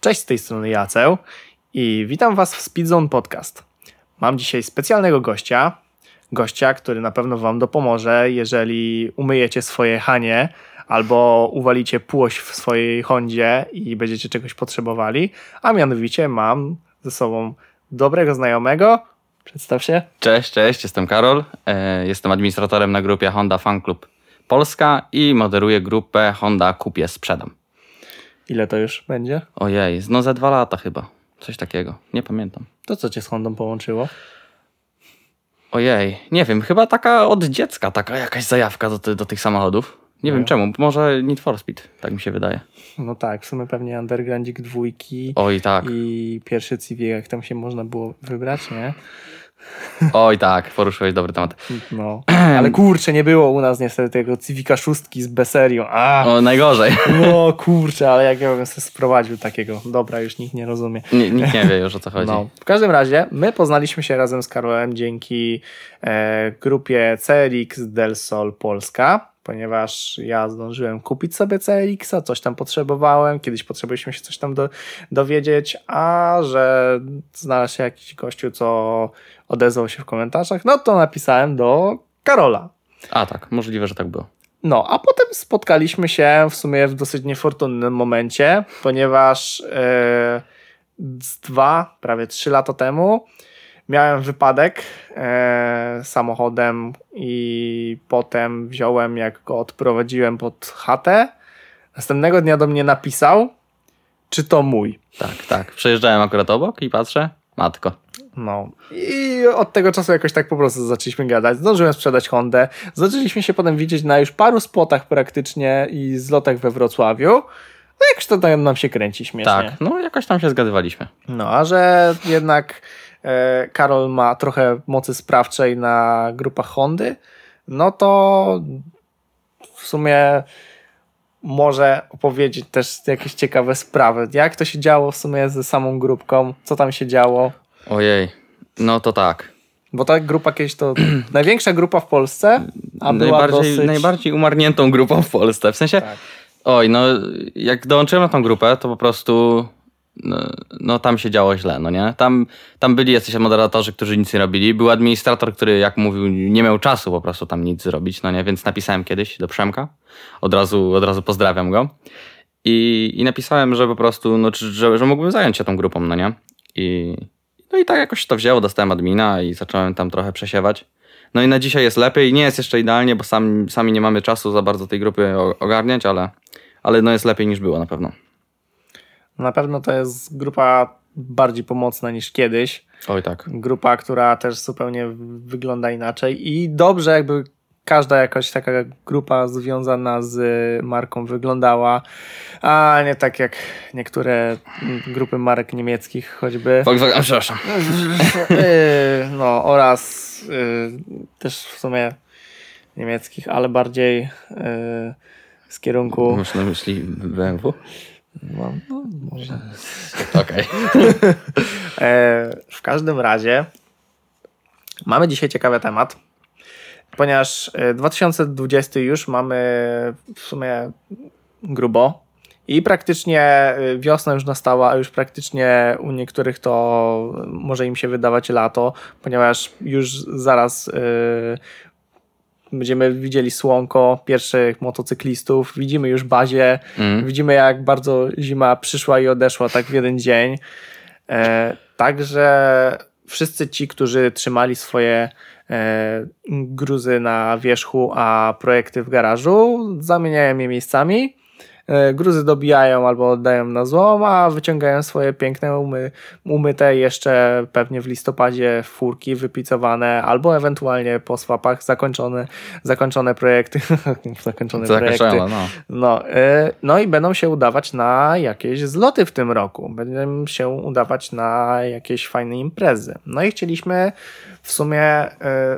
Cześć, z tej strony Jaceł i witam Was w Speedzone Podcast. Mam dzisiaj specjalnego gościa, który na pewno Wam dopomoże, jeżeli umyjecie swoje Hanie albo uwalicie płoś w swojej Hondzie i będziecie czegoś potrzebowali, a mianowicie mam ze sobą dobrego znajomego. Przedstaw się. Cześć, jestem Karol. Jestem administratorem na grupie Honda Fan Club Polska i moderuję grupę Honda Kupię Sprzedam. Ile to już będzie? Ojej, no ze 2 lata chyba. Coś takiego, nie pamiętam. To co Cię z Hondą połączyło? Ojej, nie wiem, chyba taka od dziecka, taka jakaś zajawka do tych samochodów. Nie wiem czemu, może Need for Speed, tak mi się wydaje. No tak, w sumie pewnie Undergroundzik 2. Oj tak. I pierwszy CV, jak tam się można było wybrać, nie? Oj tak, poruszyłeś dobry temat. No, ale kurczę, nie było u nas niestety tego Civica 6 z B-serią. O, najgorzej. No kurczę, ale jak ja bym sobie sprowadził takiego. Dobra, już nikt nie rozumie. Nikt nie wie już, o co chodzi. No, w każdym razie my poznaliśmy się razem z Karolem dzięki grupie CRX Del Sol Polska, ponieważ ja zdążyłem kupić sobie CRX-a, coś tam potrzebowałem, kiedyś potrzebowaliśmy się coś tam dowiedzieć, a że znalazł się jakiś gościu, co odezwał się w komentarzach, no to napisałem do Karola. A tak, możliwe, że tak było. No, a potem spotkaliśmy się w sumie w dosyć niefortunnym momencie, ponieważ prawie 3 lata temu miałem wypadek samochodem i potem wziąłem, jak go odprowadziłem pod chatę. Następnego dnia do mnie napisał, czy to mój. Tak. Przejeżdżałem akurat obok i patrzę, matko. No i od tego czasu jakoś tak po prostu zaczęliśmy gadać. Zdążyłem sprzedać Hondę. Zaczęliśmy się potem widzieć na już paru spotach praktycznie i zlotach we Wrocławiu. No jakoś to nam się kręci śmiesznie. Tak, no jakoś tam się zgadywaliśmy. No a że jednak Karol ma trochę mocy sprawczej na grupach Hondy, no to w sumie może opowiedzieć też jakieś ciekawe sprawy. Jak to się działo w sumie ze samą grupką? Co tam się działo? Ojej, no to tak. Bo ta grupa kiedyś to największa grupa w Polsce, a była najbardziej umarniętą grupą w Polsce. W sensie, tak. Oj, no jak dołączyłem na tą grupę, to po prostu no tam się działo źle, no nie? Tam byli jacyś moderatorzy, którzy nic nie robili. Był administrator, który, jak mówił, nie miał czasu po prostu tam nic zrobić, no nie? Więc napisałem kiedyś do Przemka. Od razu pozdrawiam go. I napisałem, że po prostu, no, że mógłbym zająć się tą grupą, no nie? No i tak jakoś to wzięło, dostałem admina i zacząłem tam trochę przesiewać. No i na dzisiaj jest lepiej. Nie jest jeszcze idealnie, bo sami nie mamy czasu za bardzo tej grupy ogarniać, ale no jest lepiej niż było na pewno. Na pewno to jest grupa bardziej pomocna niż kiedyś. Oj tak. Grupa, która też zupełnie wygląda inaczej i dobrze jakby każda jakaś taka grupa związana z marką wyglądała, a nie tak jak niektóre grupy marek niemieckich choćby. Volkswagen, przepraszam. No oraz też w sumie niemieckich, ale bardziej z kierunku... Masz na myśli BMW? No może. Okej. W każdym razie mamy dzisiaj ciekawy temat, ponieważ 2020 już mamy w sumie grubo i praktycznie wiosna już nastała, a już praktycznie u niektórych to może im się wydawać lato, ponieważ już zaraz będziemy widzieli słonko pierwszych motocyklistów, widzimy już bazie, widzimy jak bardzo zima przyszła i odeszła tak w jeden dzień. Także wszyscy ci, którzy trzymali swoje gruzy na wierzchu, a projekty w garażu, zamieniają je miejscami. Gruzy dobijają albo oddają na złom, a wyciągają swoje piękne umyte jeszcze pewnie w listopadzie furki wypicowane, albo ewentualnie po swapach zakończone projekty. No i będą się udawać na jakieś zloty w tym roku. Będą się udawać na jakieś fajne imprezy. No i chcieliśmy w sumie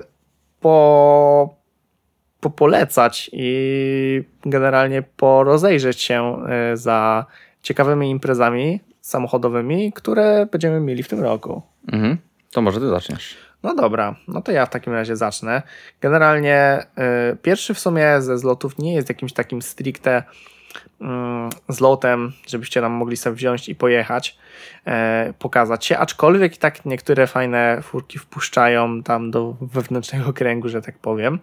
polecać i generalnie porozejrzeć się za ciekawymi imprezami samochodowymi, które będziemy mieli w tym roku. To może ty zaczniesz. No dobra, no to ja w takim razie zacznę. Generalnie pierwszy w sumie ze zlotów nie jest jakimś takim stricte zlotem, żebyście tam mogli sobie wziąć i pojechać, pokazać się, aczkolwiek i tak niektóre fajne furki wpuszczają tam do wewnętrznego kręgu, że tak powiem.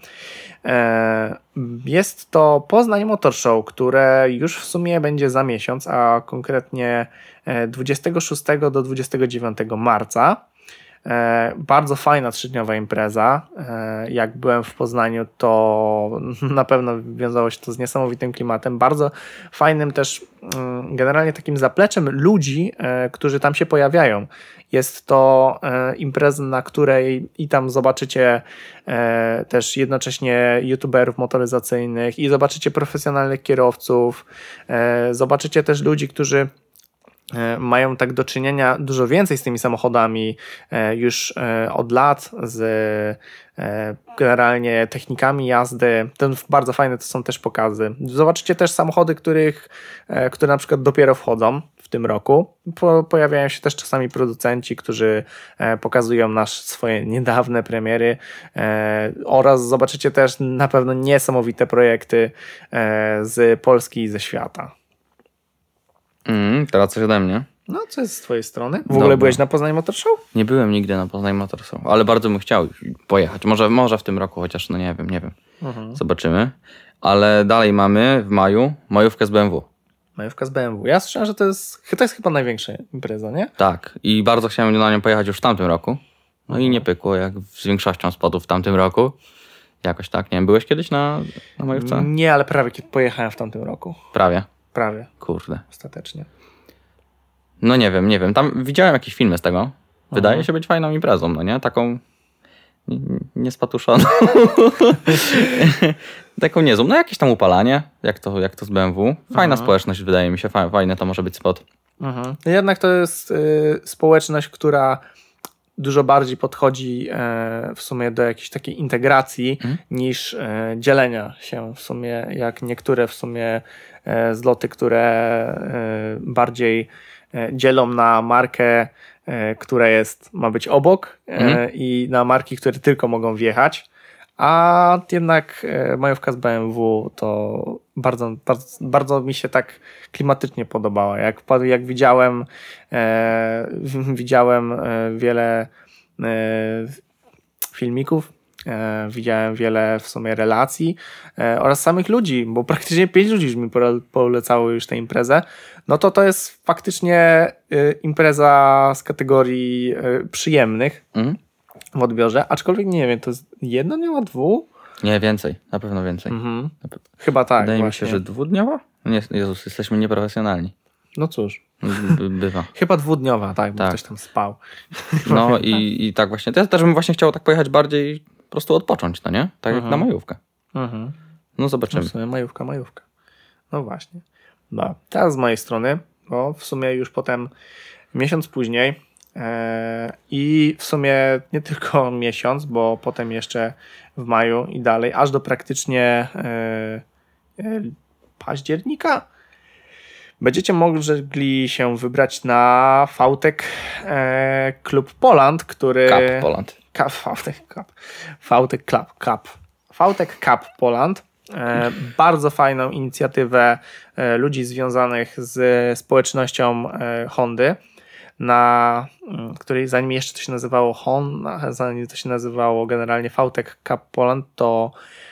Jest to Poznań Motor Show, które już w sumie będzie za miesiąc, a konkretnie 26 do 29 marca. Bardzo fajna 3-dniowa impreza. Jak byłem w Poznaniu, to na pewno wiązało się to z niesamowitym klimatem, bardzo fajnym też generalnie takim zapleczem ludzi, którzy tam się pojawiają. Jest to impreza, na której i tam zobaczycie też jednocześnie youtuberów motoryzacyjnych i zobaczycie profesjonalnych kierowców, zobaczycie też ludzi, którzy mają tak do czynienia dużo więcej z tymi samochodami już od lat, z generalnie technikami jazdy. Bardzo fajne to są też pokazy. Zobaczycie też samochody, które na przykład dopiero wchodzą w tym roku. Pojawiają się też czasami producenci, którzy pokazują swoje niedawne premiery oraz zobaczycie też na pewno niesamowite projekty z Polski i ze świata. Teraz coś ode mnie. No, co jest z twojej strony? W ogóle byłeś na Poznań Motor Show? Nie byłem nigdy na Poznań Motor Show, ale bardzo bym chciał pojechać. Może w tym roku, chociaż no nie wiem. Zobaczymy. Ale dalej mamy w maju majówkę z BMW. Majówka z BMW. Ja słyszałem, że to jest chyba największa impreza, nie? Tak. I bardzo chciałem na nią pojechać już w tamtym roku. No i nie pykło, jak z większością spotów w tamtym roku. Jakoś tak, nie wiem. Byłeś kiedyś na majówce? Nie, ale prawie pojechałem w tamtym roku. Prawie. Kurde. Ostatecznie. No nie wiem. Tam widziałem jakieś filmy z tego. Wydaje się być fajną imprezą, no nie? Taką niespatuszoną. Taką niezłą. No jakieś tam upalanie, jak to z BMW. Fajna społeczność, wydaje mi się. Fajny to może być spot. Jednak to jest społeczność, która dużo bardziej podchodzi w sumie do jakiejś takiej integracji niż dzielenia się w sumie, jak niektóre w sumie zloty, które bardziej dzielą na markę, która ma być obok i na marki, które tylko mogą wjechać, a jednak majówka z BMW to bardzo mi się tak klimatycznie podobała. Jak widziałem wiele filmików, widziałem wiele w sumie relacji oraz samych ludzi, bo praktycznie 5 ludzi już mi polecało już tę imprezę, no to jest faktycznie impreza z kategorii przyjemnych w odbiorze, aczkolwiek nie wiem, to jest jedno, nie ma 2? Nie, więcej, na pewno więcej. Chyba tak. Wydaje mi się, że 2-dniowa? Nie, Jezus, jesteśmy nieprofesjonalni. No cóż. Bywa. Chyba 2-dniowa, tak, bo ktoś tam spał. No i tak właśnie. To ja też bym właśnie chciał tak pojechać bardziej po prostu odpocząć, no nie? Tak jak na majówkę. No zobaczymy. W sumie majówka. No właśnie. No, teraz z mojej strony, bo w sumie już potem miesiąc później i w sumie nie tylko miesiąc, bo potem jeszcze w maju i dalej, aż do praktycznie października będziecie mogli się wybrać na VTEC Club Poland, który... Cup Poland. VTEC Cup Poland. Bardzo fajną inicjatywę ludzi związanych z społecznością Hondy, na której zanim jeszcze to się nazywało Honda, zanim to się nazywało generalnie VTEC Cup Poland, to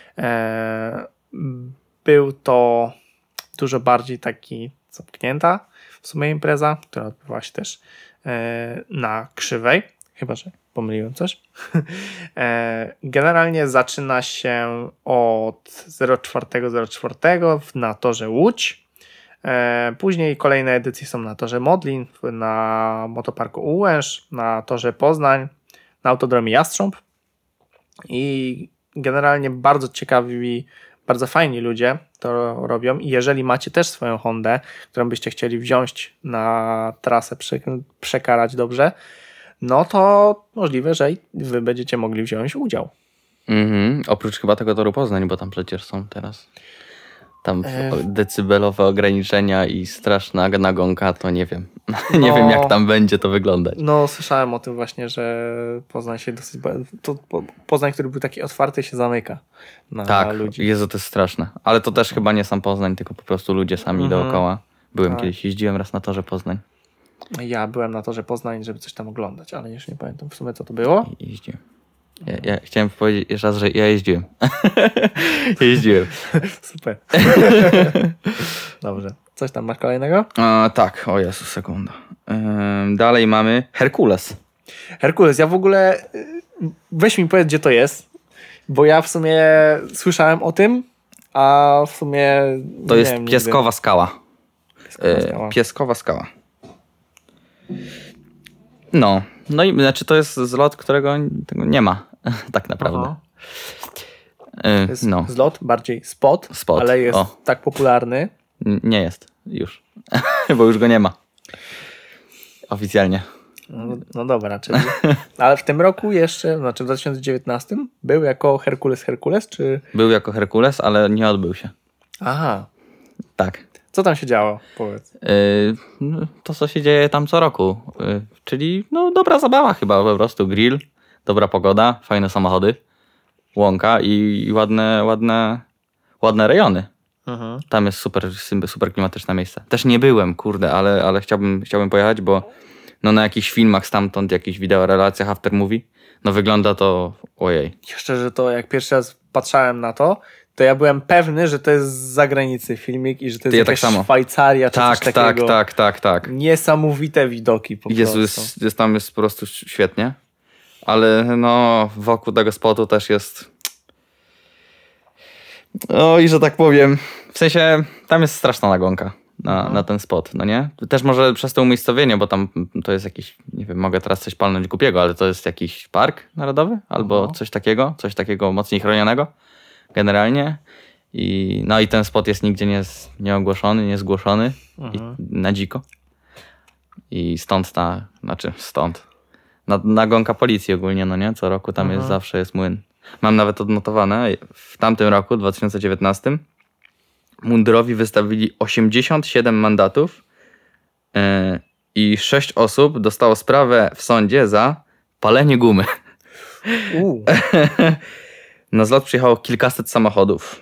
był to dużo bardziej taki zamknięta w sumie impreza, która odbywała się też na Krzywej, chyba że pomyliłem coś. Generalnie zaczyna się od 04.04 na torze Łódź. Później kolejne edycje są na torze Modlin, na motoparku Ułęż, na torze Poznań, na autodromie Jastrząb. I generalnie bardzo ciekawi, bardzo fajni ludzie to robią i jeżeli macie też swoją Hondę, którą byście chcieli wziąć na trasę, przekarać dobrze, no to możliwe, że wy będziecie mogli wziąć udział. Oprócz chyba tego toru Poznań, bo tam przecież są teraz tam decybelowe ograniczenia i straszna nagonka, to nie wiem. Nie No. wiem, jak tam będzie to wyglądać. No, słyszałem o tym właśnie, że Poznań się dosyć... Poznań, który był taki otwarty, się zamyka na Tak, ludzi. Jezu, to jest straszne. Ale to też chyba nie sam Poznań, tylko po prostu ludzie sami dookoła. Byłem Tak. kiedyś, jeździłem raz na torze Poznań. Ja byłem na torze Poznań, żeby coś tam oglądać, ale już nie pamiętam w sumie, co to było. Jeździłem. Ja chciałem powiedzieć jeszcze raz, że ja jeździłem. Jeździłem. Super. Dobrze. Coś tam masz kolejnego? Tak, o Jezu, sekunda. Dalej mamy Herkules. Herkules, ja w ogóle... Weź mi powiedz, gdzie to jest, bo ja w sumie słyszałem o tym, a w sumie... To nie jest wiem Pieskowa Skała. Pieskowa Skała. Pieskowa Skała. No i znaczy to jest zlot, którego tego nie ma tak naprawdę. Aha. To jest No, zlot, bardziej spot, Spot, ale jest o. tak popularny. nie jest już, bo już go nie ma. Oficjalnie. No dobra, czyli... Ale w tym roku jeszcze, znaczy w 2019 był jako Herkules, czy... Był jako Herkules, ale nie odbył się. Aha. Tak. Co tam się działo? Powiedz. To, co się dzieje tam co roku. Czyli no dobra zabawa chyba, po prostu grill, dobra pogoda, fajne samochody, łąka i ładne rejony. Mhm. Tam jest super klimatyczne miejsce. Też nie byłem, kurde, ale chciałbym pojechać, bo no na jakichś filmach stamtąd, jakichś wideo, relacjach, after movie, no wygląda to ojej. Szczerze to jak pierwszy raz patrzałem na to ja byłem pewny, że to jest z zagranicy filmik i że to jest Ja jakaś tak samo. Szwajcaria czy coś takiego. Tak. Niesamowite widoki po Jezu, prostu. tam jest po prostu świetnie. Ale no wokół tego spotu też jest... Oj, że tak powiem. W sensie tam jest straszna nagonka na ten spot, no nie? Też może przez to umiejscowienie, bo tam to jest jakiś, nie wiem, mogę teraz coś palnąć głupiego, ale to jest jakiś park narodowy albo coś takiego mocniej chronionego generalnie. I ten spot jest nigdzie nieogłoszony, niezgłoszony i na dziko. I stąd nagonka policji ogólnie, no nie? Co roku tam zawsze jest młyn. Mam nawet odnotowane, w tamtym roku, 2019, mundurowi wystawili 87 mandatów i 6 osób dostało sprawę w sądzie za palenie gumy. Na zlot przyjechało kilkaset samochodów.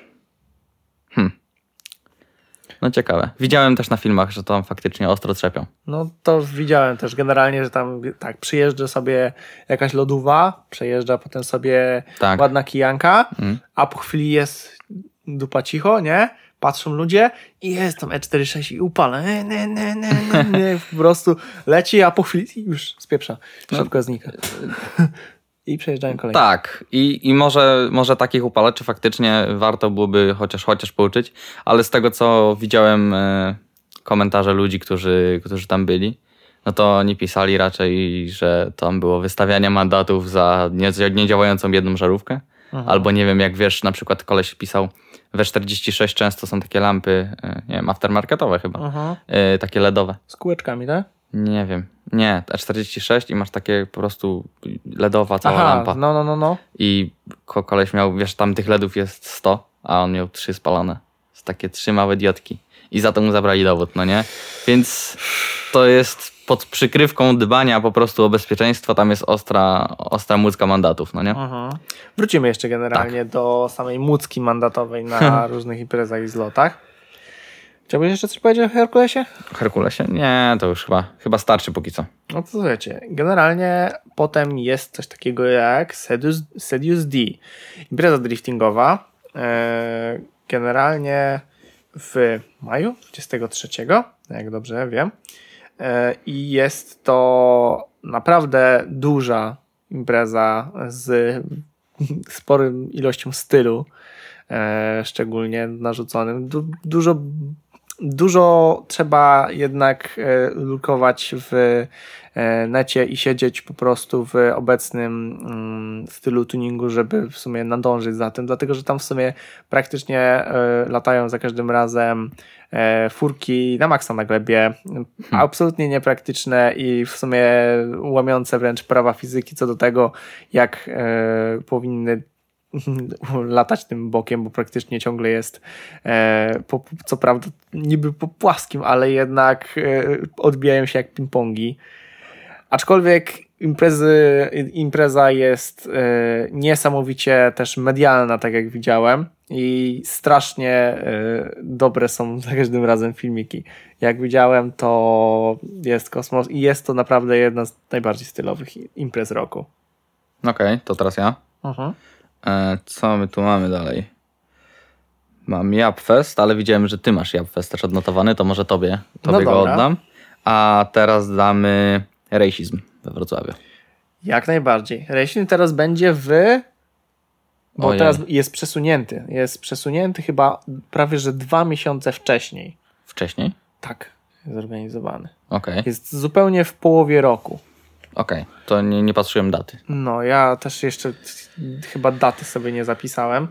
No ciekawe. Widziałem też na filmach, że tam faktycznie ostro trzepią. No to widziałem też generalnie, że tam tak przyjeżdża sobie jakaś lodówa, przejeżdża potem sobie ładna kijanka, a po chwili jest dupa cicho, nie? Patrzą ludzie i jest tam E46 i upala. Nie. Po prostu leci, a po chwili już spieprza. Szybko znika. I przejeżdżają kolejne. Tak. I może takich upalaczy faktycznie warto byłoby chociaż pouczyć, ale z tego co widziałem komentarze ludzi, którzy tam byli, no to oni pisali raczej, że tam było wystawianie mandatów za niedziałającą jedną żarówkę. Albo nie wiem, jak wiesz, na przykład koleś pisał, we 46 często są takie lampy, nie wiem, aftermarketowe chyba, takie LEDowe. Z kółeczkami, tak? Nie wiem. Nie, E46 i masz takie po prostu LEDowa cała lampa. No. I koleś miał, wiesz, tam tych LEDów jest 100, a on miał 3 spalone. Z takie 3 małe diodki. I za to mu zabrali dowód, no nie? Więc to jest pod przykrywką dbania po prostu o bezpieczeństwo, tam jest ostra mucka mandatów, no nie? Wrócimy jeszcze generalnie do samej mucki mandatowej na różnych imprezach i zlotach. Chciałbyś jeszcze coś powiedzieć o Herkulesie? Herkulesie? Nie, to już chyba starczy póki co. No to słuchajcie, generalnie potem jest coś takiego jak Sedius D. Impreza driftingowa. Generalnie w maju 23, jak dobrze wiem. I jest to naprawdę duża impreza z sporym ilością stylu, szczególnie narzuconym. Dużo trzeba jednak lukować w necie i siedzieć po prostu w obecnym stylu tuningu, żeby w sumie nadążyć za tym, dlatego że tam w sumie praktycznie latają za każdym razem furki na maksa na glebie, absolutnie niepraktyczne i w sumie łamiące wręcz prawa fizyki co do tego, jak powinny latać tym bokiem, bo praktycznie ciągle jest co prawda niby po płaskim, ale jednak odbijają się jak ping-pongi. Aczkolwiek impreza jest niesamowicie też medialna, tak jak widziałem, i strasznie dobre są za każdym razem filmiki. Jak widziałem, to jest kosmos i jest to naprawdę jedna z najbardziej stylowych imprez roku. Okej, to teraz ja. Co my tu mamy dalej? Mam Japfest, ale widziałem, że ty masz Japfest też odnotowany, to może tobie go oddam. A teraz damy Racism we Wrocławiu. Jak najbardziej. Racism teraz będzie bo teraz jest przesunięty. Jest przesunięty chyba prawie, że 2 miesiące wcześniej. Wcześniej? Tak, jest zorganizowany. Okay. Jest zupełnie w połowie roku. Okej, to nie patrzyłem daty. No, ja też jeszcze chyba daty sobie nie zapisałem.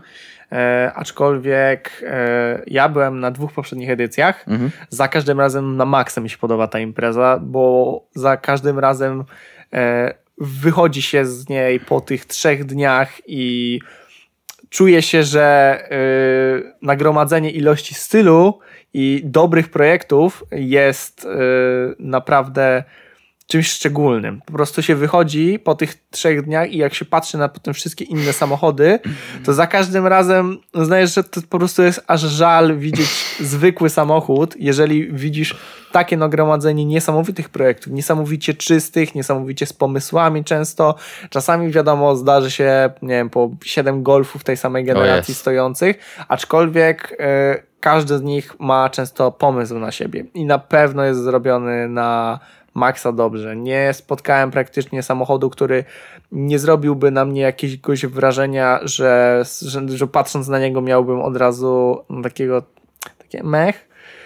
Aczkolwiek ja byłem na 2 poprzednich edycjach. Za każdym razem na maksa mi się podoba ta impreza, bo za każdym razem wychodzi się z niej po tych 3 dniach i czuje się, że nagromadzenie ilości stylu i dobrych projektów jest naprawdę czymś szczególnym. Po prostu się wychodzi po tych 3 dniach i jak się patrzy na potem wszystkie inne samochody, to za każdym razem znajesz, że to po prostu jest aż żal widzieć zwykły samochód, jeżeli widzisz takie nagromadzenie niesamowitych projektów, niesamowicie czystych, niesamowicie z pomysłami często. Czasami wiadomo, zdarzy się, nie wiem, po 7 Golfów tej samej generacji stojących, aczkolwiek każdy z nich ma często pomysł na siebie i na pewno jest zrobiony na maksa dobrze. Nie spotkałem praktycznie samochodu, który nie zrobiłby na mnie jakiegoś wrażenia, że patrząc na niego miałbym od razu takie mech.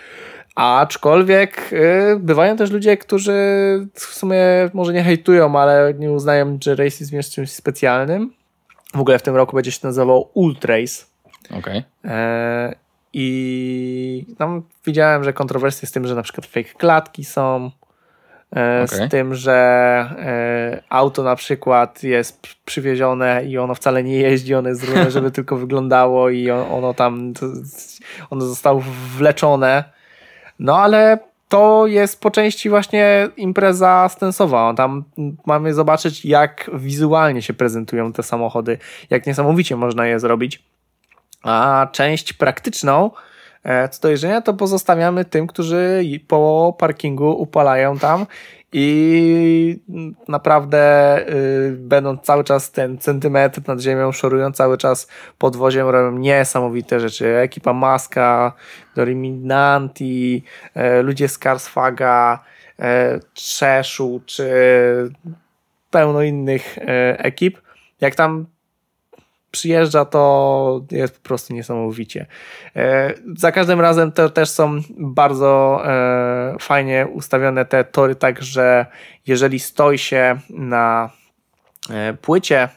Aczkolwiek bywają też ludzie, którzy w sumie może nie hejtują, ale nie uznają, że racism jest czymś specjalnym. W ogóle w tym roku będzie się nazywał Ultrace. Okej. I tam widziałem, że kontrowersje z tym, że na przykład fake klatki są. Z tym, że auto na przykład jest przywiezione i ono wcale nie jeździ, ono jest zrobione, żeby tylko wyglądało i ono zostało wleczone. No ale to jest po części właśnie impreza stensowa. Tam mamy zobaczyć, jak wizualnie się prezentują te samochody, jak niesamowicie można je zrobić. A część praktyczną co do jeżdżenia, to pozostawiamy tym, którzy po parkingu upalają tam i naprawdę będą cały czas ten centymetr nad ziemią, szorują cały czas podwoziem, robią niesamowite rzeczy. Ekipa Maska, Dominanti, ludzie z Carsfaga, Trzeszu, czy pełno innych ekip. Jak tam przyjeżdża, to jest po prostu niesamowicie. Za każdym razem to też są bardzo fajnie ustawione te tory, tak że jeżeli stoi się na płycie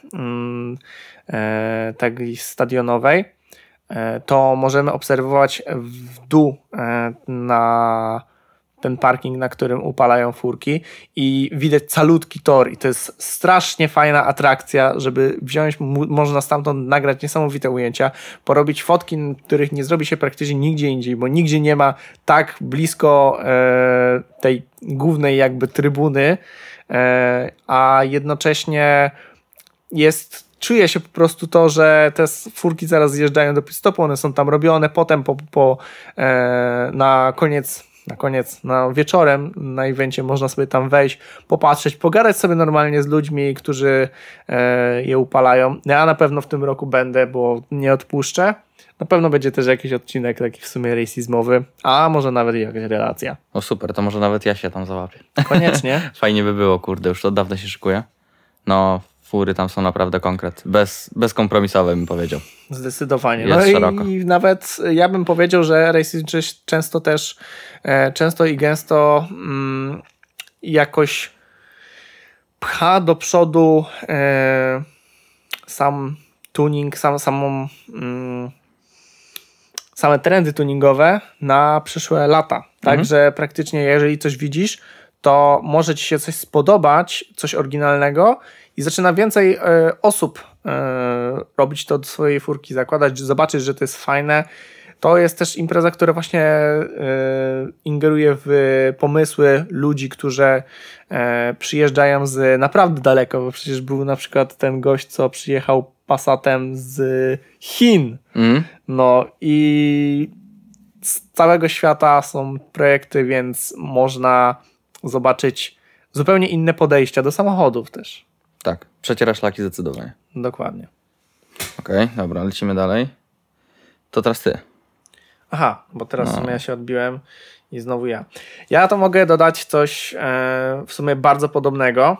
takiej stadionowej, to możemy obserwować w dół na ten parking, na którym upalają furki i widać calutki tor i to jest strasznie fajna atrakcja, żeby wziąć, można stamtąd nagrać niesamowite ujęcia, porobić fotki, których nie zrobi się praktycznie nigdzie indziej, bo nigdzie nie ma tak blisko tej głównej jakby trybuny, a jednocześnie czuje się po prostu to, że te furki zaraz zjeżdżają do pit stopu, one są tam robione, potem na wieczorem na evencie można sobie tam wejść, popatrzeć, pogadać sobie normalnie z ludźmi, którzy je upalają. Ja na pewno w tym roku będę, bo nie odpuszczę. Na pewno będzie też jakiś odcinek taki w sumie racismowy, a może nawet i jakaś relacja. O super, to może nawet ja się tam załapię. Koniecznie. Fajnie by było, kurde, już to od dawna się szykuje. No, fury tam są naprawdę konkret. Bezkompromisowe bym powiedział. Zdecydowanie. Jest szeroko. I nawet ja bym powiedział, że racism często i gęsto jakoś pcha do przodu sam tuning, same trendy tuningowe na przyszłe lata. Także praktycznie jeżeli coś widzisz, to może ci się coś spodobać, coś oryginalnego i zaczyna więcej osób robić to do swojej furki, zakładać, zobaczyć, że to jest fajne. To jest też impreza, która właśnie ingeruje w pomysły ludzi, którzy przyjeżdżają z naprawdę daleko, bo przecież był na przykład ten gość, co przyjechał Passatem z Chin. No i z całego świata są projekty, więc można zobaczyć zupełnie inne podejścia do samochodów też. Tak, przeciera szlaki zdecydowanie. Dokładnie. Okej, dobra, lecimy dalej. To teraz ty. Aha, bo teraz w sumie ja się odbiłem i znowu ja. Ja to mogę dodać coś w sumie bardzo podobnego,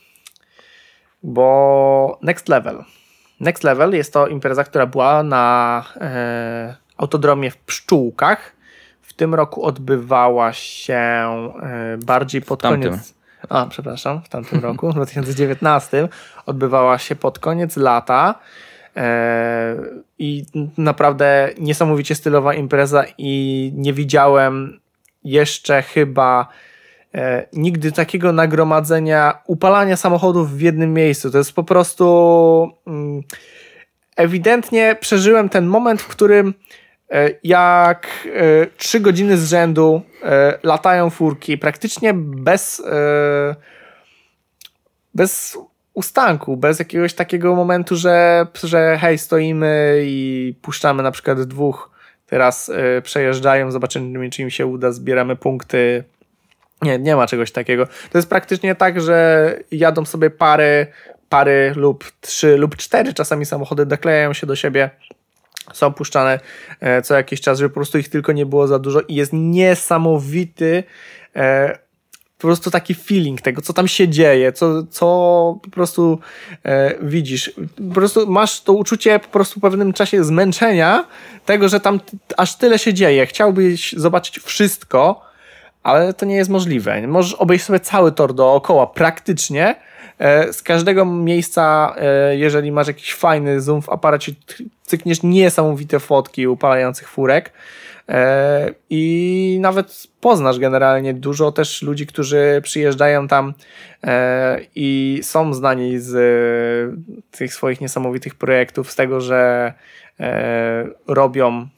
bo Next Level. Next Level jest to impreza, która była na autodromie w Pszczółkach. W tym roku odbywała się bardziej pod koniec... w tamtym roku, w 2019 odbywała się pod koniec lata i naprawdę niesamowicie stylowa impreza i nie widziałem jeszcze chyba nigdy takiego nagromadzenia upalania samochodów w jednym miejscu. To jest po prostu ewidentnie przeżyłem ten moment, w którym jak 3 godziny z rzędu latają furki praktycznie bez ustanku, bez jakiegoś takiego momentu, że hej, stoimy i puszczamy na przykład 2, teraz przejeżdżają, zobaczymy, czy im się uda, zbieramy punkty. Nie ma czegoś takiego. To jest praktycznie tak, że jadą sobie pary lub 3 lub 4 czasami samochody, doklejają się do siebie, są puszczane co jakiś czas, żeby po prostu ich tylko nie było za dużo i jest niesamowity po prostu taki feeling tego, co tam się dzieje, co po prostu widzisz. Po prostu masz to uczucie po prostu w pewnym czasie zmęczenia tego, że tam aż tyle się dzieje. Chciałbyś zobaczyć wszystko, ale to nie jest możliwe. Możesz obejść sobie cały tor dookoła praktycznie. Z każdego miejsca, jeżeli masz jakiś fajny zoom w aparacie, cykniesz niesamowite fotki upalających furek i nawet poznasz generalnie dużo też ludzi, którzy przyjeżdżają tam i są znani z tych swoich niesamowitych projektów, z tego, że robią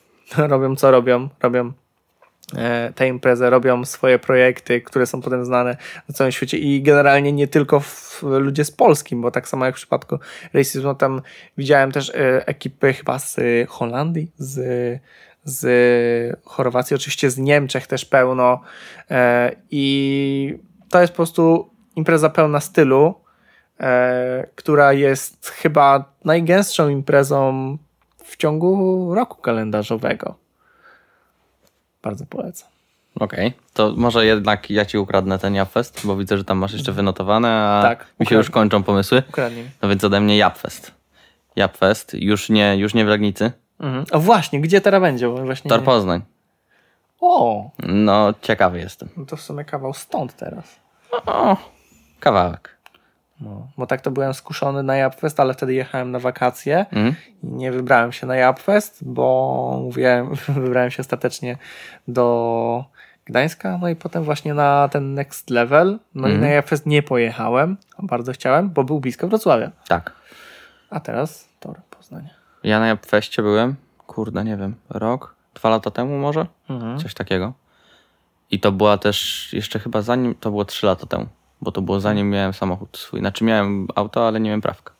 te imprezy, robią swoje projekty, które są potem znane na całym świecie i generalnie nie tylko ludzie z Polski, bo tak samo jak w przypadku Racism, tam widziałem też ekipy chyba z Holandii, z Chorwacji, oczywiście z Niemczech też pełno i to jest po prostu impreza pełna stylu, która jest chyba najgęstszą imprezą w ciągu roku kalendarzowego. Bardzo polecam. Okej, to może jednak ja ci ukradnę ten Japfest, bo widzę, że tam masz jeszcze wynotowane, a tak, mi się już kończą pomysły. Ukradnij. No więc ode mnie Japfest. Japfest, już nie w Legnicy. A właśnie, gdzie teraz będzie? Bo właśnie Tor Poznań. O! No, ciekawy jestem. No to w sumie kawał stąd teraz. O, kawałek. No, bo tak to byłem skuszony na Japfest, ale wtedy jechałem na wakacje i nie wybrałem się na Japfest, bo wybrałem się ostatecznie do Gdańska, no i potem właśnie na ten Next Level, no i na Japfest nie pojechałem, a bardzo chciałem, bo był blisko Wrocławia. Tak. A teraz Tor Poznań. Ja na Japfestie byłem, nie wiem, rok, 2 lata temu może? Coś takiego. I to była też jeszcze chyba to było 3 lata temu. Bo to było zanim miałem samochód swój. Znaczy miałem auto, ale nie miałem prawka.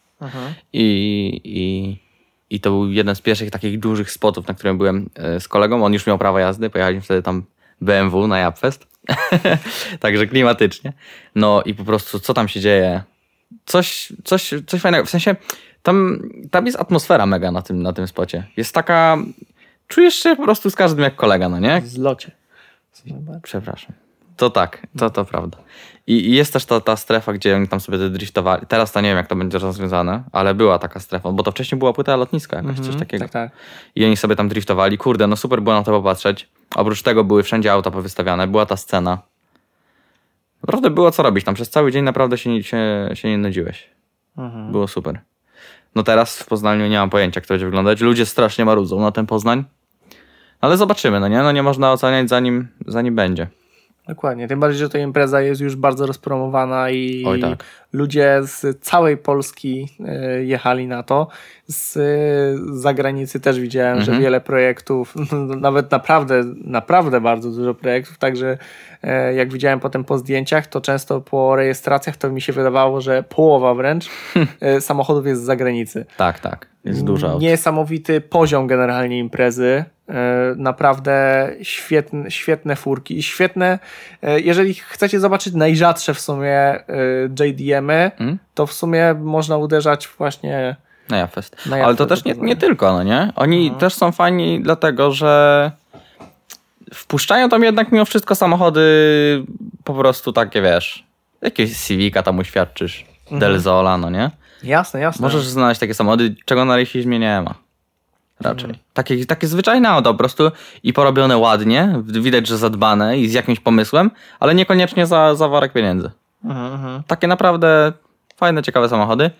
I to był jeden z pierwszych takich dużych spotów, na którym byłem z kolegą. On już miał prawo jazdy. Pojechaliśmy wtedy tam BMW na Japfest. Także klimatycznie. No i po prostu co tam się dzieje? Coś fajnego. W sensie tam jest atmosfera mega na tym spocie. Jest taka... Czujesz się po prostu z każdym jak kolega, no nie? W zlocie. Przepraszam. To tak, to prawda. I jest też ta strefa, gdzie oni tam sobie driftowali. Teraz to nie wiem, jak to będzie rozwiązane, ale była taka strefa, bo to wcześniej była płyta lotniska, jakaś coś takiego. Tak. I oni sobie tam driftowali. Kurde, no super było na to popatrzeć. Oprócz tego były wszędzie auta powystawiane, była ta scena. Naprawdę było co robić tam. Przez cały dzień naprawdę się nie nudziłeś. Było super. No teraz w Poznaniu nie mam pojęcia, jak to będzie wyglądać. Ludzie strasznie marudzą na ten Poznań. Ale zobaczymy, no nie? No nie można oceniać zanim będzie. Dokładnie, tym bardziej, że ta impreza jest już bardzo rozpromowana i Oj, tak. ludzie z całej Polski jechali na to. Z zagranicy też widziałem, że wiele projektów, nawet naprawdę bardzo dużo projektów, także jak widziałem potem po zdjęciach, to często po rejestracjach to mi się wydawało, że połowa wręcz samochodów jest z zagranicy. Tak, jest dużo aut. Niesamowity poziom generalnie imprezy. Naprawdę świetne furki i świetne, jeżeli chcecie zobaczyć najrzadsze w sumie JDM-y, to w sumie można uderzać właśnie na Japfest. Ale to też nie tylko, no nie? Oni też są fajni dlatego, że wpuszczają tam jednak mimo wszystko samochody po prostu takie, wiesz, jakiegoś Civica tam uświadczysz, Delzola, no nie? Jasne. Możesz znaleźć takie samochody, czego na rejsizmie nie ma. Raczej. Takie zwyczajne auto po prostu i porobione ładnie, widać, że zadbane i z jakimś pomysłem, ale niekoniecznie za worek pieniędzy. Takie naprawdę fajne, ciekawe samochody.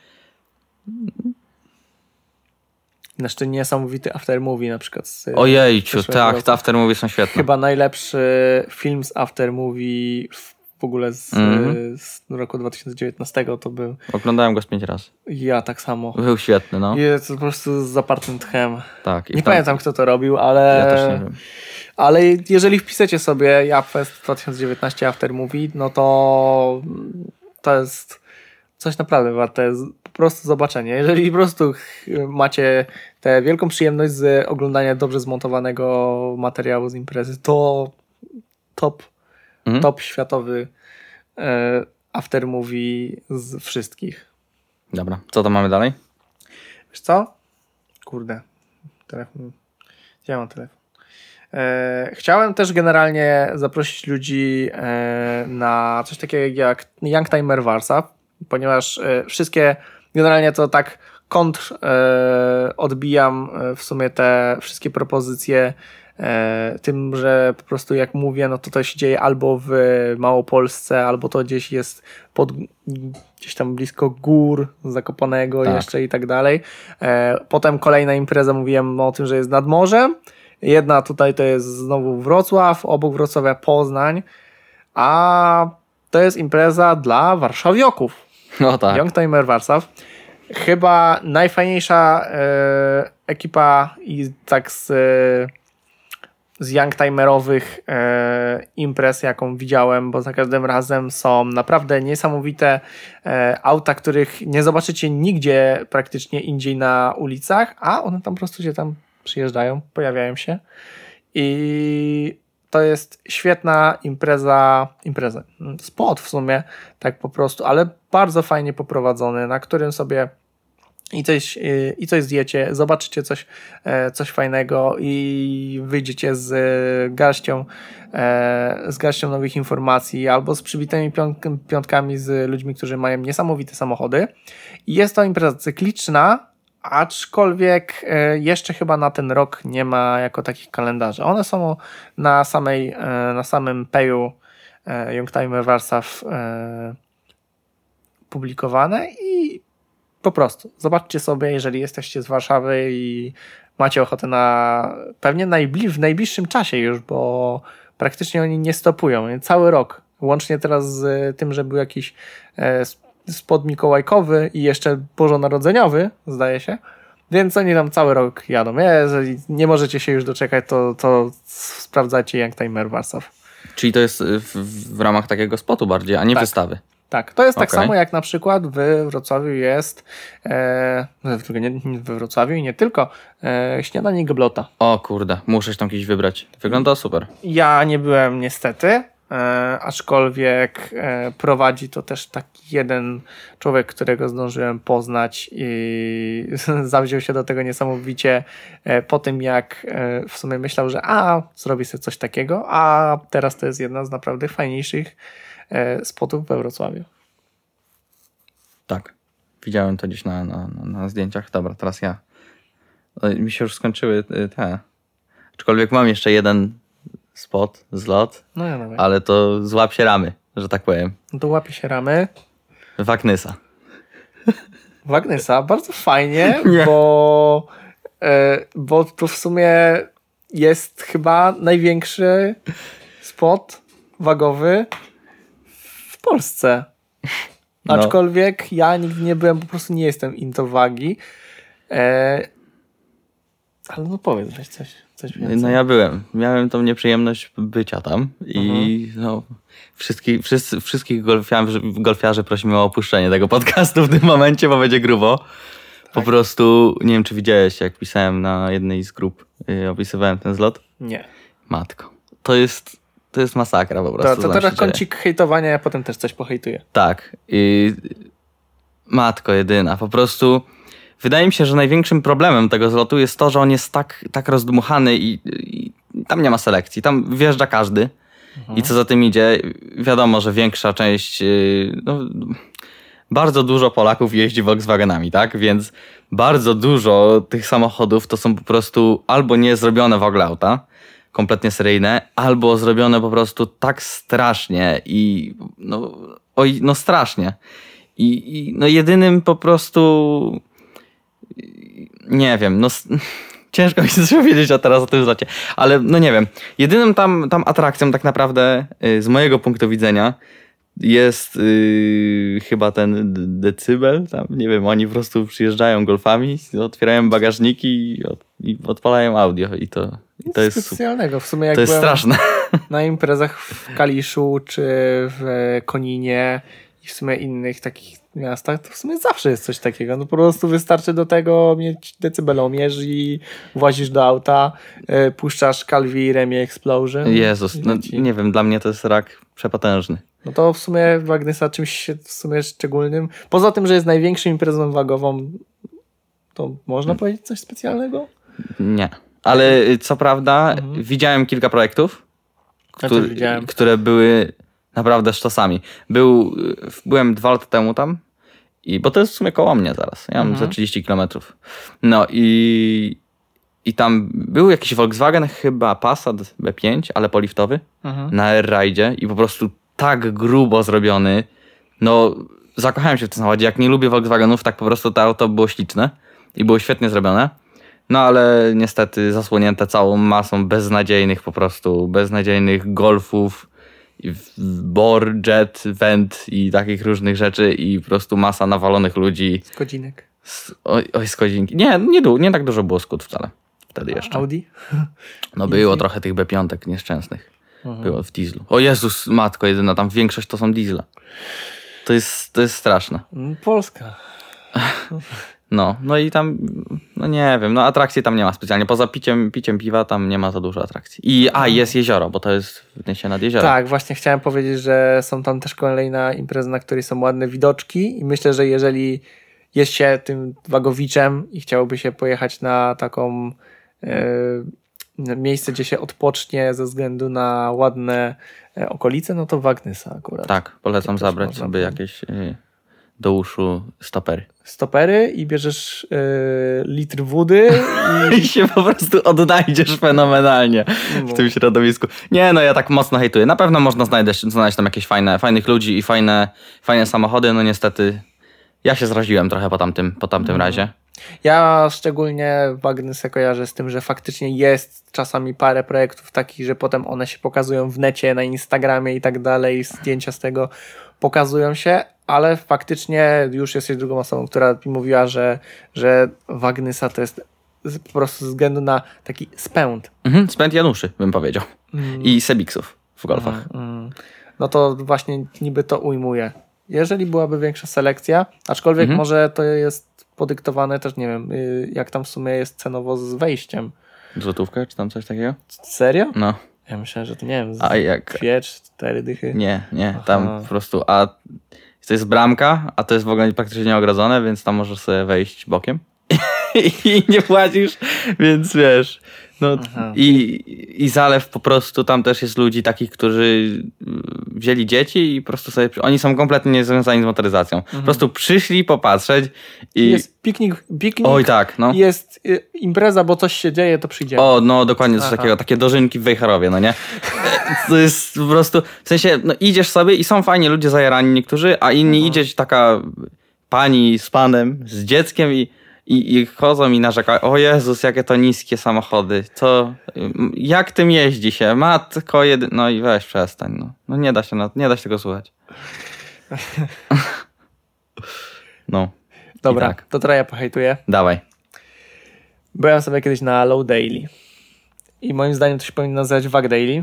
Znaczy niesamowity aftermovie na przykład. Ojejciu, tak, te aftermovie są świetne. Chyba najlepszy film z aftermovie w ogóle z roku 2019 to był. Oglądałem go z 5 razy. Ja tak samo. Był świetny, no. Jest po prostu z zapartym tchem. Tak. Nie pamiętam, kto to robił, ale... Ja też nie wiem. Ale jeżeli wpiszecie sobie Japfest 2019 Aftermovie, no to jest coś naprawdę warte po prostu zobaczenia. Jeżeli po prostu macie tę wielką przyjemność z oglądania dobrze zmontowanego materiału z imprezy, to top światowy Aftermovie z wszystkich. Dobra, co to mamy dalej? Wiesz co? Kurde. Telefon. Gdzie ja mam telefon? Chciałem też generalnie zaprosić ludzi na coś takiego jak Youngtimer Warsaw, ponieważ wszystkie, generalnie to tak odbijam w sumie te wszystkie propozycje tym, że po prostu jak mówię, no to się dzieje albo w Małopolsce, albo to gdzieś jest gdzieś tam blisko gór Zakopanego jeszcze i tak dalej. Potem kolejna impreza, mówiłem o tym, że jest nad morzem. Jedna tutaj to jest znowu Wrocław, obok Wrocławia Poznań, a to jest impreza dla warszawioków. No tak. Youngtimer Warsaw. Chyba najfajniejsza ekipa i tak z youngtimerowych imprez, jaką widziałem, bo za każdym razem są naprawdę niesamowite auta, których nie zobaczycie nigdzie praktycznie indziej na ulicach, a one tam po prostu się tam przyjeżdżają, pojawiają się i to jest świetna impreza, spot w sumie, tak po prostu, ale bardzo fajnie poprowadzony, na którym sobie i coś zjecie, zobaczycie coś fajnego i wyjdziecie z garścią nowych informacji albo z przybitymi piątkami z ludźmi, którzy mają niesamowite samochody. I jest to impreza cykliczna, aczkolwiek jeszcze chyba na ten rok nie ma jako takich kalendarzy. One są na samym payu Youngtimer Warsaw publikowane i po prostu zobaczcie sobie, jeżeli jesteście z Warszawy i macie ochotę na pewnie w najbliższym czasie już, bo praktycznie oni nie stopują cały rok. Łącznie teraz z tym, że był jakiś spod mikołajkowy i jeszcze bożonarodzeniowy, zdaje się. Więc oni tam cały rok jadą. Jeżeli nie możecie się już doczekać, to sprawdzajcie Youngtimer Warsaw. Czyli to jest w ramach takiego spotu bardziej, a nie wystawy. Tak, to jest tak samo jak na przykład we Wrocławiu jest we Wrocławiu i nie tylko śniadanie Geblota. O kurde, muszę się tam kiedyś wybrać. Wygląda super. Ja nie byłem niestety, aczkolwiek prowadzi to też taki jeden człowiek, którego zdążyłem poznać i zawziął się do tego niesamowicie po tym, jak w sumie myślał, że zrobi sobie coś takiego, a teraz to jest jedna z naprawdę fajniejszych spotów we Wrocławiu. Tak, widziałem to gdzieś na zdjęciach. Dobra, teraz ja. Mi się już skończyły te. Aczkolwiek mam jeszcze jeden spot, zlot, No ja nawet. ale to złap się ramy, że tak powiem. No to łapie się ramy. Wagnysa. Wagnysa, bardzo fajnie, bo to w sumie jest chyba największy spot wagowy w Polsce. Aczkolwiek ja nigdy nie byłem, po prostu nie jestem into wagi. Ale no powiedz, weź coś więcej. No ja byłem. Miałem tą nieprzyjemność bycia tam i no, wszystkich golfiarzy prosimy o opuszczenie tego podcastu w tym momencie, bo będzie grubo. Po prostu, nie wiem czy widziałeś, jak pisałem na jednej z grup, opisywałem ten zlot. Nie. Matko. To jest masakra po prostu. To teraz kącik hejtowania, ja potem też coś pohejtuję. Tak. Matko jedyna. Po prostu wydaje mi się, że największym problemem tego zlotu jest to, że on jest tak rozdmuchany i tam nie ma selekcji. Tam wjeżdża każdy. I co za tym idzie, wiadomo, że większa część, bardzo dużo Polaków jeździ Volkswagenami, tak? Więc bardzo dużo tych samochodów to są po prostu albo nie zrobione w ogóle auta, kompletnie seryjne, albo zrobione po prostu tak strasznie i no strasznie. I no jedynym po prostu nie wiem, ciężko mi coś powiedzieć teraz o tym zlocie, ale no nie wiem, jedynym tam atrakcją tak naprawdę z mojego punktu widzenia jest chyba ten decybel, tam nie wiem, oni po prostu przyjeżdżają golfami, otwierają bagażniki i odpalają audio i to jest specjalnego. W sumie jak to jest straszne. Na imprezach w Kaliszu czy w Koninie i w sumie innych takich miastach, to w sumie zawsze jest coś takiego. No po prostu wystarczy do tego mieć decybelomierz i włazisz do auta, puszczasz Calvi Remi Explosion. Jezus, no nie wiem, dla mnie to jest rak przepotężny. No to w sumie Wagnysa czymś w sumie szczególnym. Poza tym, że jest największą imprezą wagową, to można powiedzieć coś specjalnego? Nie. Ale co prawda widziałem kilka projektów, które były naprawdę sztosami. Byłem 2 lata temu tam, bo to jest w sumie koło mnie zaraz. Ja mam za 30 km. No i tam był jakiś Volkswagen, chyba Passat B5, ale poliftowy, na Air-Ride'zie i po prostu tak grubo zrobiony. No, zakochałem się w tym samochodzie. Jak nie lubię Volkswagenów, tak po prostu to auto było śliczne i było świetnie zrobione. No ale niestety zasłonięte całą masą beznadziejnych golfów, bor, jet, vent i takich różnych rzeczy i po prostu masa nawalonych ludzi. Skodzinek. Skodzinki. Nie tak dużo było skód wcale. Wtedy jeszcze. Audi? No było trochę tych B5 nieszczęsnych. Było w dieslu. O Jezus, matko jedyna, tam większość to są diesle. To jest straszne. Polska. No i tam, no nie wiem, no atrakcji tam nie ma specjalnie. Poza piciem piwa tam nie ma za dużo atrakcji. Jest jezioro, bo to jest w Nysie nad jeziorem. Tak, właśnie chciałem powiedzieć, że są tam też kolejna impreza, na której są ładne widoczki i myślę, że jeżeli jest się tym wagowiczem i chciałoby się pojechać na taką miejsce, gdzie się odpocznie ze względu na ładne okolice, no to Wagnysa akurat. Tak, polecam zabrać sobie jakieś do uszu stopery I bierzesz litr wody i się po prostu odnajdziesz fenomenalnie w tym środowisku. Nie, no ja tak mocno hejtuję. Na pewno można znaleźć tam jakieś fajnych ludzi i fajne samochody. No niestety ja się zraziłem trochę po tamtym razie. Ja szczególnie Wagnysę kojarzę z tym, że faktycznie jest czasami parę projektów takich, że potem one się pokazują w necie, na Instagramie i tak dalej, zdjęcia z tego pokazują się, ale faktycznie już jesteś drugą osobą, która mi mówiła, że Wagnysa to jest po prostu ze względu na taki spęd. Spęd Januszy, bym powiedział. I Sebiksów w golfach. No to właśnie niby to ujmuje. Jeżeli byłaby większa selekcja, aczkolwiek może to jest podyktowane też, nie wiem, jak tam w sumie jest cenowo z wejściem. Złotówkę, czy tam coś takiego? Serio? No. Ja myślałem, że to nie wiem, jak 4 dychy. Nie, tam po prostu, to jest bramka, a to jest w ogóle praktycznie nieogrodzone, więc tam możesz sobie wejść bokiem i nie płacisz, więc wiesz, no i zalew po prostu, tam też jest ludzi takich, którzy wzięli dzieci i po prostu sobie, oni są kompletnie niezwiązani z motoryzacją. Po prostu przyszli popatrzeć i... Jest piknik. Oj tak, no. Jest impreza, bo coś się dzieje, to przyjdziemy. O, no dokładnie coś takiego, takie dożynki w Wejherowie, no nie? To jest po prostu, w sensie, no idziesz sobie i są fajnie ludzie zajarani niektórzy, a inni idzie taka pani z panem, z dzieckiem i I chodzą i narzekają, o Jezus, jakie to niskie samochody, jak tym jeździ się, matko no i weź przestań, no nie da się tego słuchać. No. Dobra, tak. to teraz ja pohejtuję. Dawaj. Byłem sobie kiedyś na Low Daily i moim zdaniem to się powinno nazywać Wag Daily,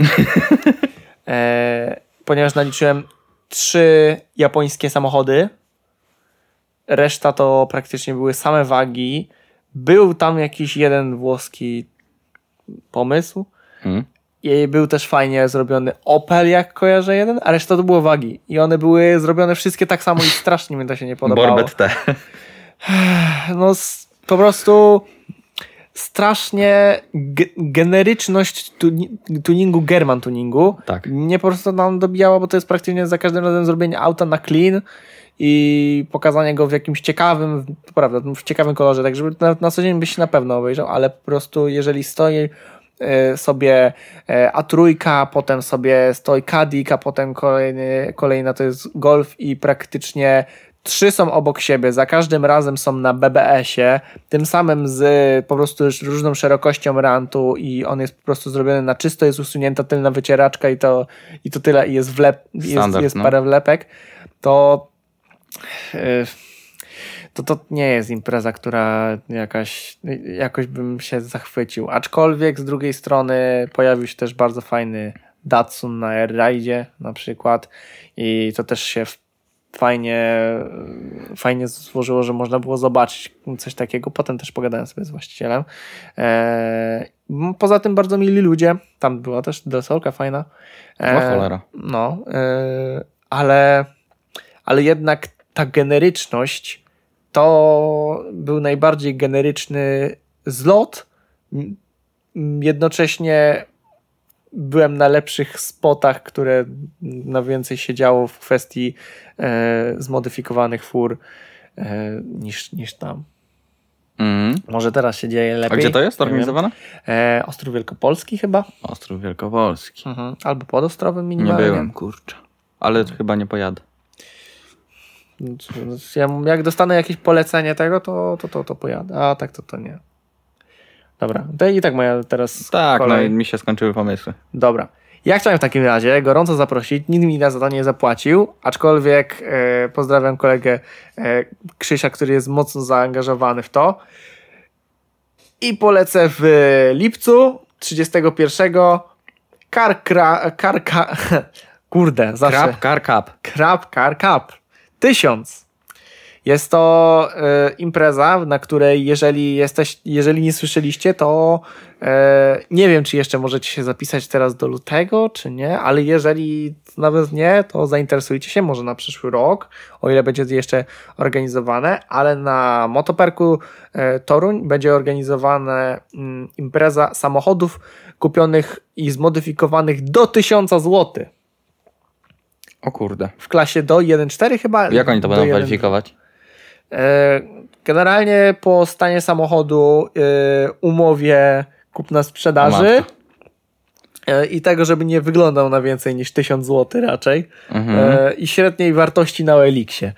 ponieważ naliczyłem 3 japońskie samochody, reszta to praktycznie były same wagi. Był tam jakiś jeden włoski pomysł i był też fajnie zrobiony Opel, jak kojarzę jeden, a reszta to było wagi i one były zrobione wszystkie tak samo i strasznie mi to się nie podobało. Borbet T. No po prostu strasznie generyczność tuningu, German tuningu. Tak. Mnie po prostu nam dobijała, bo to jest praktycznie za każdym razem zrobienie auta na clean i pokazanie go w jakimś ciekawym, prawda, w ciekawym kolorze, tak żeby na co dzień byś się na pewno obejrzał, ale po prostu jeżeli stoi sobie A3, potem sobie stoi Caddick, a potem kolejna to jest Golf i praktycznie 3 są obok siebie, za każdym razem są na BBS-ie, tym samym z po prostu już różną szerokością rantu i on jest po prostu zrobiony na czysto, jest usunięta tylna wycieraczka i to tyle i jest jest parę wlepek, to nie jest impreza, która jakoś bym się zachwycił. Aczkolwiek z drugiej strony pojawił się też bardzo fajny Datsun na Air-Ride'zie na przykład i to też się fajnie złożyło, że można było zobaczyć coś takiego. Potem też pogadałem sobie z właścicielem. Poza tym bardzo mili ludzie. Tam była też desolka fajna. Cholera. No, ale jednak ta generyczność to był najbardziej generyczny zlot. Jednocześnie byłem na lepszych spotach, które na więcej się działo w kwestii zmodyfikowanych fur niż tam. Może teraz się dzieje lepiej. A gdzie to jest organizowane? Ostrów Wielkopolski chyba. Ostrów Wielkopolski. Albo pod Ostrowem minimalnie. Nie byłem, kurczę. Ale chyba nie pojadę. Jak dostanę jakieś polecenie tego, to pojadę. A tak to nie. Dobra, to i tak moja teraz kolej. No i mi się skończyły pomysły. Dobra. Ja chciałem w takim razie gorąco zaprosić, nikt mi za to nie zapłacił, aczkolwiek pozdrawiam kolegę Krzysia, który jest mocno zaangażowany w to. I polecę w lipcu 31 Car Cup 1000. Jest to impreza, na której jeżeli nie słyszeliście, to nie wiem, czy jeszcze możecie się zapisać teraz do lutego, czy nie, ale jeżeli nawet nie, to zainteresujcie się, może na przyszły rok, o ile będzie jeszcze organizowane, ale na Motoparku Toruń będzie organizowana impreza samochodów kupionych i zmodyfikowanych do 1000 zł. O kurde. W klasie do 1.4 chyba. Jak oni to będą kwalifikować? Generalnie po stanie samochodu, umowie kupna-sprzedaży i tego, żeby nie wyglądał na więcej niż 1000 zł raczej i średniej wartości na OLX-ie.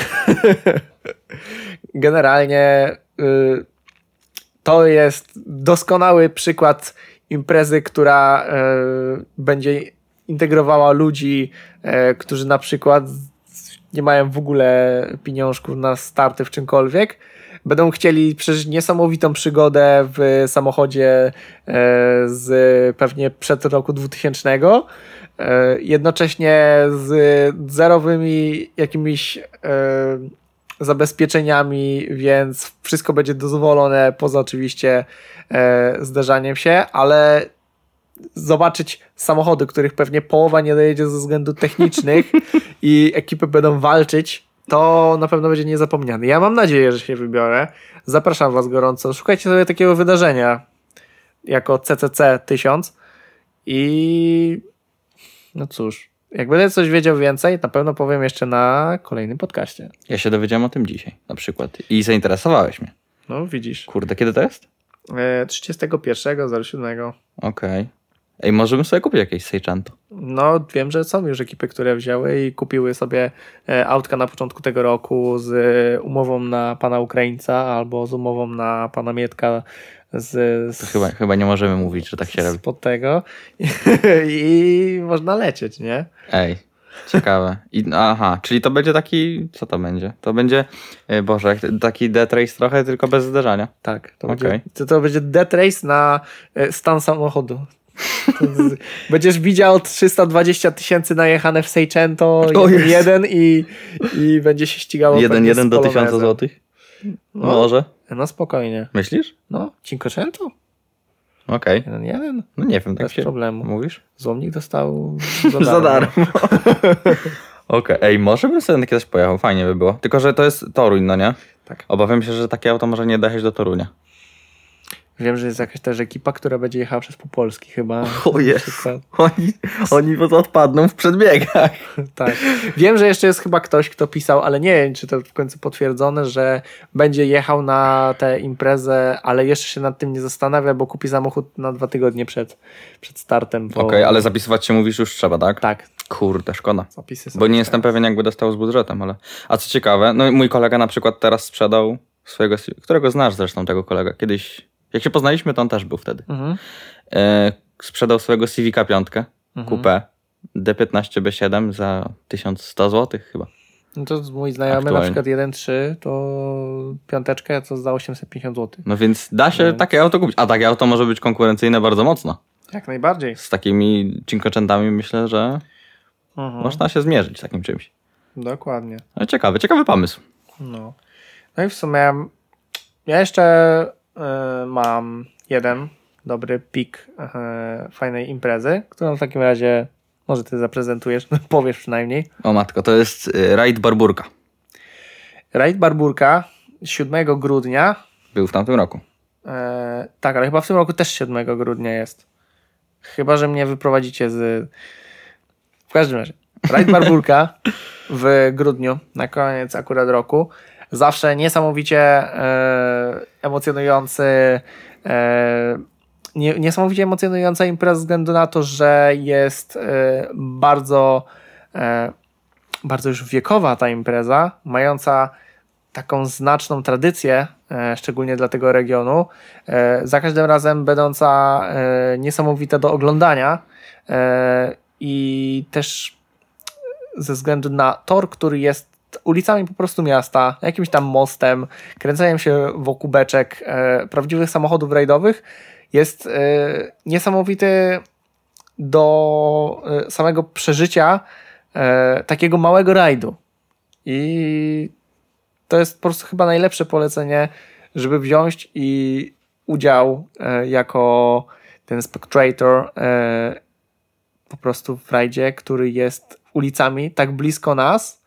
Generalnie to jest doskonały przykład imprezy, która będzie integrowała ludzi, którzy na przykład nie mają w ogóle pieniążków na starty w czymkolwiek, będą chcieli przeżyć niesamowitą przygodę w samochodzie z pewnie przed roku 2000, jednocześnie z zerowymi jakimiś zabezpieczeniami, więc wszystko będzie dozwolone poza oczywiście zdarzaniem się, ale zobaczyć samochody, których pewnie połowa nie dojedzie ze względów technicznych i ekipy będą walczyć, to na pewno będzie niezapomniane. Ja mam nadzieję, że się wybiorę. Zapraszam was gorąco. Szukajcie sobie takiego wydarzenia jako CCC 1000 i no cóż, jak będę coś wiedział więcej, na pewno powiem jeszcze na kolejnym podcaście. Ja się dowiedziałem o tym dzisiaj na przykład i zainteresowałeś mnie. No widzisz. Kurde, kiedy to jest? 31.07. Okej. Ej, może bym sobie kupił jakieś Seicento. No, wiem, że są już ekipy, które wzięły i kupiły sobie autka na początku tego roku z umową na pana Ukraińca albo z umową na pana Mietka To chyba nie możemy mówić, że tak się robi. spod tego i można lecieć, nie? Ej, ciekawe. Aha, czyli to będzie taki... Co to będzie? To będzie, Boże, taki Death Race trochę, tylko bez zderzania. Tak, Okej. to będzie Death Race na stan samochodu. Będziesz widział 320 000 najechane w Seicento jeden i będzie się ścigało. 1 do 1000 złotych? No. Może. No spokojnie. Myślisz? No, Cinquecento? Okej. 1-1. No nie wiem, tak Bez się problemu. mówisz? Złomnik dostał Za darmo. Okej, ej, może bym sobie kiedyś pojechał, fajnie by było. Tylko, że to jest Toruń, no nie? Tak. Obawiam się, że takie auto może nie dojechać do Torunia. Wiem, że jest jakaś też ekipa, która będzie jechała przez pół Polski chyba. O jest. Oni odpadną w przedbiegach. Tak. Wiem, że jeszcze jest chyba ktoś, kto pisał, ale nie wiem, czy to w końcu potwierdzone, że będzie jechał na tę imprezę, ale jeszcze się nad tym nie zastanawia, bo kupi samochód na 2 tygodnie przed startem. Okej, ale zapisywać się mówisz już trzeba, tak? Tak. Kurde, szkoda. Zapisy są Bo nie jestem pewien, jakby dostał z budżetem, ale... A co ciekawe, no mój kolega na przykład teraz sprzedał swojego... Którego znasz zresztą, tego kolegę? Kiedyś... Jak się poznaliśmy, to on też był wtedy. Sprzedał swojego Civica 5, Coupé, D15 B7 za 1100 zł chyba. No to mój znajomy Aktualnie. na przykład 1.3 to piąteczkę, co za 850 zł. No więc da się takie auto kupić. A takie auto może być konkurencyjne bardzo mocno. Jak najbardziej. Z takimi Cinquecentami myślę, że można się zmierzyć z takim czymś. Dokładnie. No ciekawy pomysł. No i w sumie ja jeszcze mam jeden dobry pik fajnej imprezy, którą w takim razie może ty zaprezentujesz, powiesz przynajmniej. O matko, to jest Raid Barburka. Raid Barburka 7 grudnia. Był w tamtym roku. Tak, ale chyba w tym roku też 7 grudnia jest. Chyba, że mnie wyprowadzicie z... W każdym razie. Raid Barburka w grudniu, na koniec akurat roku. Zawsze niesamowicie emocjonujący niesamowicie emocjonująca impreza ze względu na to, że jest bardzo już wiekowa ta impreza, mająca taką znaczną tradycję, szczególnie dla tego regionu, za każdym razem będąca niesamowita do oglądania i też ze względu na tor, który jest ulicami po prostu miasta, jakimś tam mostem, kręceniem się wokół beczek prawdziwych samochodów rajdowych, jest niesamowity do samego przeżycia takiego małego rajdu. I to jest po prostu chyba najlepsze polecenie, żeby wziąć i udział jako ten spectator po prostu w rajdzie, który jest ulicami tak blisko nas,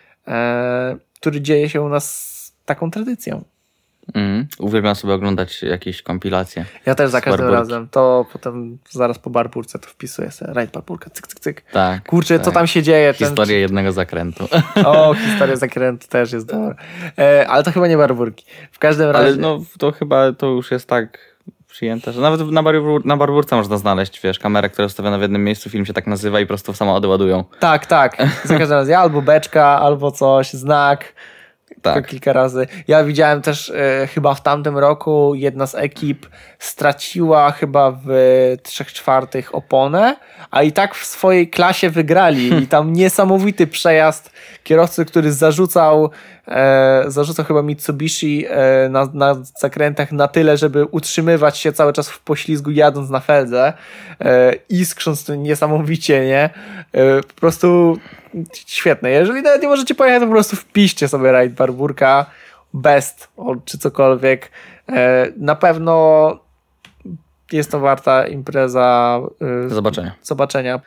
który dzieje się u nas taką tradycją. Uwielbiam sobie oglądać jakieś kompilacje. Ja też za każdym razem. To potem zaraz po Barburce to wpisuję sobie. Rajd Barburka, cyk, cyk, cyk. Tak. Kurczę, co tam się dzieje? Historia jednego zakrętu. O, historia zakrętu też jest dobra. Ale to chyba nie Barburki. W każdym razie... Ale no to chyba to już jest tak przyjęte, że nawet na Barburce można znaleźć, wiesz, kamerę, która jest ustawiona w jednym miejscu, film się tak nazywa i po prostu samochody ładują. Tak. Za każdym razem albo beczka, albo coś, znak. Tak. Kilka razy. Ja widziałem też chyba w tamtym roku jedna z ekip straciła chyba w 3/4 oponę, a i tak w swojej klasie wygrali i tam niesamowity przejazd kierowcy, który zarzucał chyba Mitsubishi na zakrętach na tyle, żeby utrzymywać się cały czas w poślizgu jadąc na feldze, iskrząc to niesamowicie, nie? Po prostu świetne. Jeżeli nawet nie możecie pojechać, to po prostu wpiszcie sobie Raid Barburka, Best czy cokolwiek. Na pewno jest to warta impreza zobaczenia.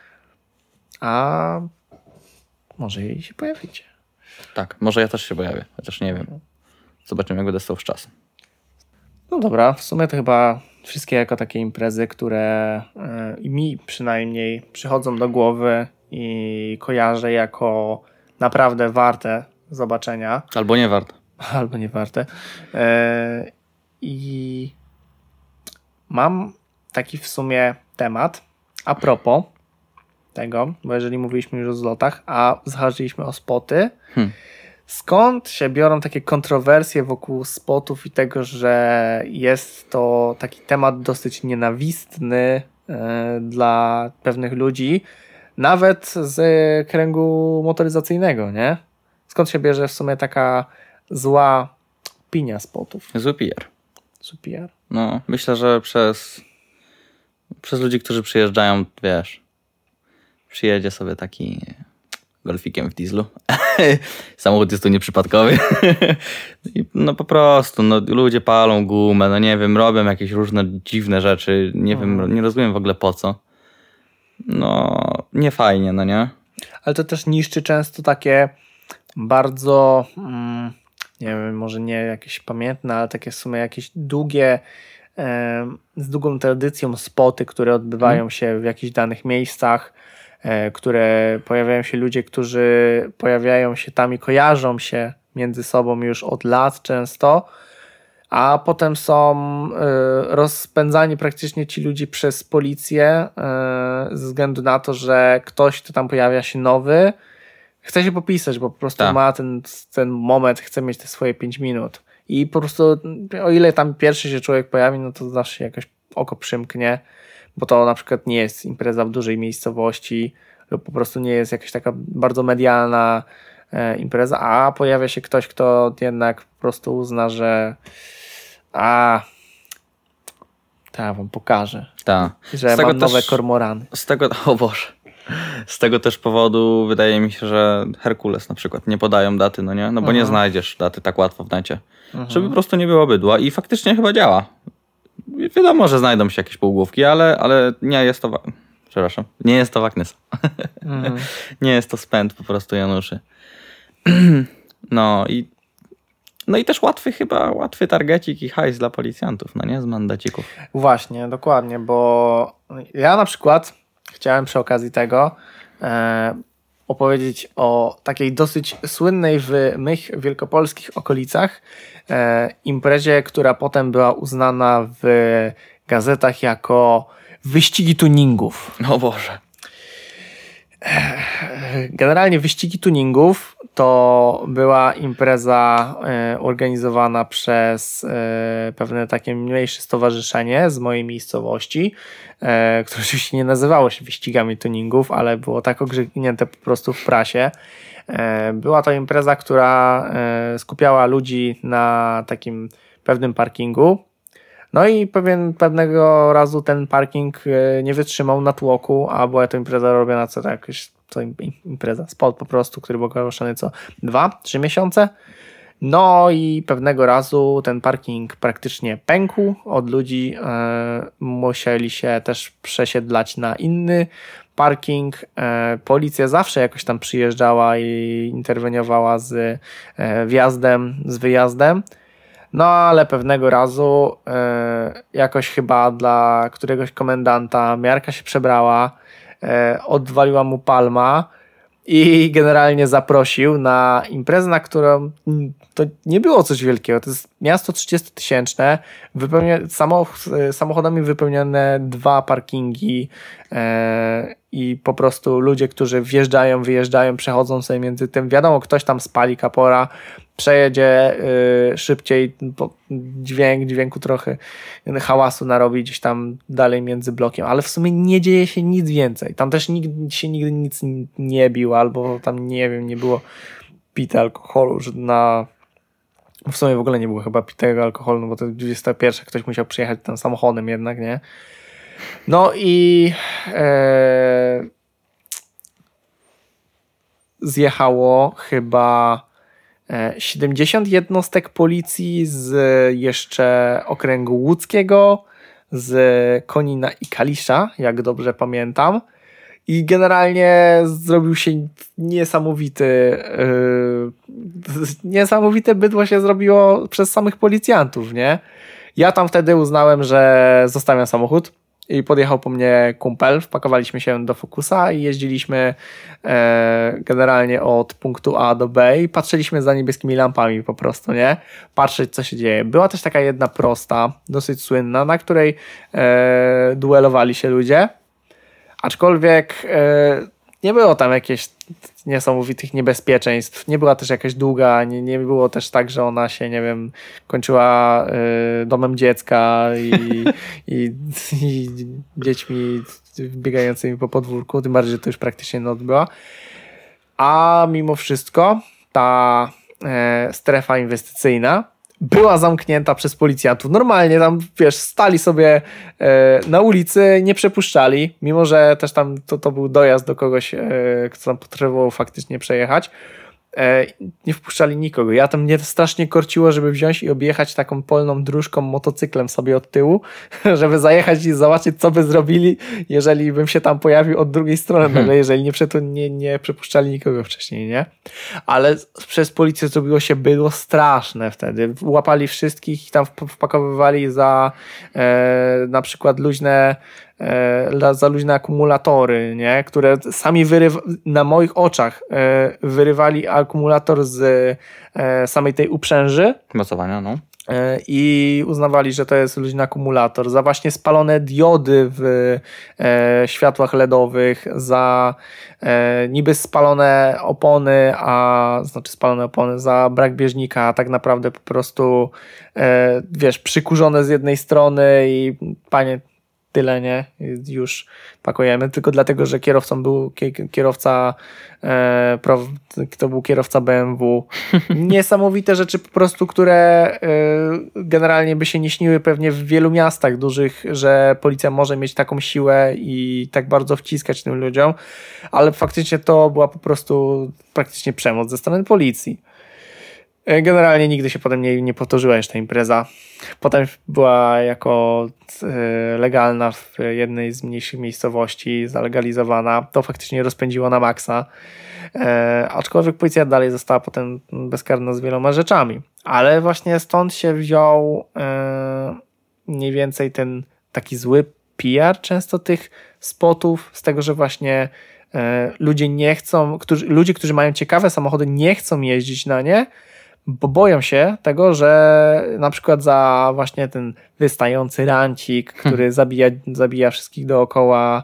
A może jej się pojawicie. Tak, może ja też się pojawię, chociaż nie wiem. Zobaczymy, jak będę stał z czasem. No dobra, w sumie to chyba wszystkie jako takie imprezy, które mi przynajmniej przychodzą do głowy i kojarzę jako naprawdę warte zobaczenia. Albo nie warte. Albo nie warte. I mam taki w sumie temat, A propos tego, bo jeżeli mówiliśmy już o zlotach, a zahaczyliśmy o spoty, skąd się biorą takie kontrowersje wokół spotów i tego, że jest to taki temat dosyć nienawistny dla pewnych ludzi, nawet z kręgu motoryzacyjnego, nie? Skąd się bierze w sumie taka zła opinia spotów? Zły PR. Zły PR? No, myślę, że przez ludzi, którzy przyjeżdżają, wiesz, przyjedzie sobie taki golfikiem w dieslu. Samochód jest tu nieprzypadkowy. No po prostu, no, ludzie palą gumę, no nie wiem, robią jakieś różne dziwne rzeczy, nie wiem, nie rozumiem w ogóle po co. No, nie fajnie, no nie? Ale to też niszczy często takie bardzo, nie wiem, może nie jakieś pamiętne, ale takie w sumie jakieś długie, z długą tradycją spoty, które odbywają się w jakichś danych miejscach, które pojawiają się ludzie, którzy pojawiają się tam i kojarzą się między sobą już od lat często, a potem są rozpędzani praktycznie ci ludzie przez policję ze względu na to, że ktoś, kto tam pojawia się nowy, chce się popisać, bo po prostu ma ten moment, chce mieć te swoje 5 minut. I po prostu o ile tam pierwszy się człowiek pojawi, no to zawsze się jakoś oko przymknie, bo to na przykład nie jest impreza w dużej miejscowości lub po prostu nie jest jakaś taka bardzo medialna impreza, a pojawia się ktoś, kto jednak po prostu uzna, że ja wam pokażę, że mam nowe kormorany. O Boże. Z tego też powodu wydaje mi się, że Herkules na przykład nie podają daty, no nie? No bo nie znajdziesz daty tak łatwo w necie. Żeby po prostu nie było bydła i faktycznie chyba działa. Wiadomo, że znajdą się jakieś półgłówki, ale nie jest to... Przepraszam. Nie jest to Wagnes. Nie jest to spęd po prostu Januszy. No i też łatwy targecik i hajs dla policjantów, no nie? Z mandacików. Właśnie, dokładnie, bo ja na przykład chciałem przy okazji tego opowiedzieć o takiej dosyć słynnej w mych wielkopolskich okolicach imprezie, która potem była uznana w gazetach jako wyścigi tuningów. O Boże. Generalnie wyścigi tuningów to była impreza organizowana przez pewne takie mniejsze stowarzyszenie z mojej miejscowości, które oczywiście nie nazywało się wyścigami tuningów, ale było tak ogrzegnięte po prostu w prasie. Była to impreza, która skupiała ludzi na takim pewnym parkingu. No i pewnego razu ten parking nie wytrzymał natłoku, a była to impreza robiona spot po prostu, który był ogłaszany co 2-3 miesiące. No i pewnego razu ten parking praktycznie pękł od ludzi, musieli się też przesiedlać na inny parking. Policja zawsze jakoś tam przyjeżdżała i interweniowała z wjazdem, z wyjazdem. No ale pewnego razu jakoś chyba dla któregoś komendanta miarka się przebrała, odwaliła mu palma i generalnie zaprosił na imprezę, na którą to nie było coś wielkiego. To jest miasto 30-tysięczne, samochodami wypełnione 2 parkingi i po prostu ludzie, którzy wjeżdżają, wyjeżdżają, przechodzą sobie między tym. Wiadomo, ktoś tam spali kapora, przejedzie szybciej, bo dźwięku trochę hałasu narobi gdzieś tam dalej między blokiem, ale w sumie nie dzieje się nic więcej. Tam też nikt się nigdy nic nie bił, albo tam nie wiem, nie było pite alkoholu, że w sumie w ogóle nie było chyba pitego alkoholu, no bo to 21 ktoś musiał przyjechać tam samochodem jednak, nie? No i zjechało chyba 70 jednostek policji z jeszcze okręgu łódzkiego, z Konina i Kalisza, jak dobrze pamiętam. I generalnie zrobił się niesamowite bydło się zrobiło przez samych policjantów, nie? Ja tam wtedy uznałem, że zostawiam samochód i podjechał po mnie kumpel, wpakowaliśmy się do Focusa i jeździliśmy generalnie od punktu A do B i patrzyliśmy za niebieskimi lampami po prostu, nie? Patrzeć, co się dzieje. Była też taka jedna prosta, dosyć słynna, na której duelowali się ludzie, Aczkolwiek nie było tam jakichś niesamowitych niebezpieczeństw. Nie była też jakaś długa, nie było też tak, że ona się, nie wiem, kończyła domem dziecka i dziećmi biegającymi po podwórku, tym bardziej, że to już praktycznie noc była. A mimo wszystko ta strefa inwestycyjna była zamknięta przez policjantów. Normalnie tam, wiesz, stali sobie na ulicy, nie przepuszczali, mimo że też tam to był dojazd do kogoś, kto tam potrzebował faktycznie przejechać. Nie wpuszczali nikogo. Ja tam mnie strasznie korciło, żeby wziąć i objechać taką polną dróżką motocyklem sobie od tyłu, żeby zajechać i zobaczyć, co by zrobili, jeżeli bym się tam pojawił od drugiej strony, jeżeli nie przepuszczali nikogo wcześniej, nie? Ale przez policję zrobiło się bydło straszne wtedy. Łapali wszystkich i tam wpakowywali za na przykład za luźne akumulatory, nie? Które sami na moich oczach wyrywali akumulator z samej tej uprzęży. Mocowania, no. I uznawali, że to jest luźny akumulator. Za właśnie spalone diody w światłach LEDowych, za niby spalone opony, za brak bieżnika, a tak naprawdę po prostu wiesz, przykurzone z jednej strony i panie, tyle, nie? Już pakujemy. Tylko dlatego, że kierowcą był to był kierowca BMW. Niesamowite rzeczy po prostu, które generalnie by się nie śniły pewnie w wielu miastach dużych, że policja może mieć taką siłę i tak bardzo wciskać tym ludziom, ale faktycznie to była po prostu praktycznie przemoc ze strony policji. Generalnie nigdy się potem nie powtórzyła jeszcze ta impreza. Potem była jako legalna w jednej z mniejszych miejscowości, zalegalizowana. To faktycznie rozpędziło na maksa. Aczkolwiek policja dalej została potem bezkarna z wieloma rzeczami. Ale właśnie stąd się wziął mniej więcej ten taki zły PR często tych spotów, z tego, że właśnie ludzie nie chcą, ludzie, którzy mają ciekawe samochody, nie chcą jeździć na nie, bo boją się tego, że na przykład za właśnie ten wystający rancik, który zabija wszystkich dookoła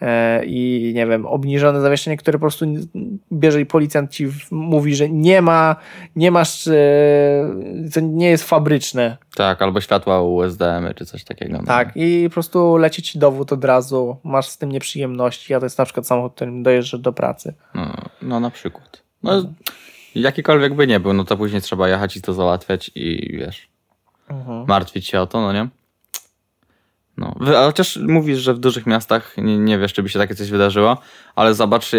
i nie wiem, obniżone zawieszenie, które po prostu bierze i policjant ci mówi, że nie masz, to nie jest fabryczne. Tak, albo światła USDM czy coś takiego. Tak, i po prostu leci ci dowód od razu, masz z tym nieprzyjemności, a to jest na przykład samochód, którym dojeżdżasz do pracy. No na przykład. No, jakikolwiek by nie był, no to później trzeba jechać i to załatwiać i wiesz, martwić się o to, no nie? No, a chociaż mówisz, że w dużych miastach nie wiesz, czy by się takie coś wydarzyło, ale zobacz,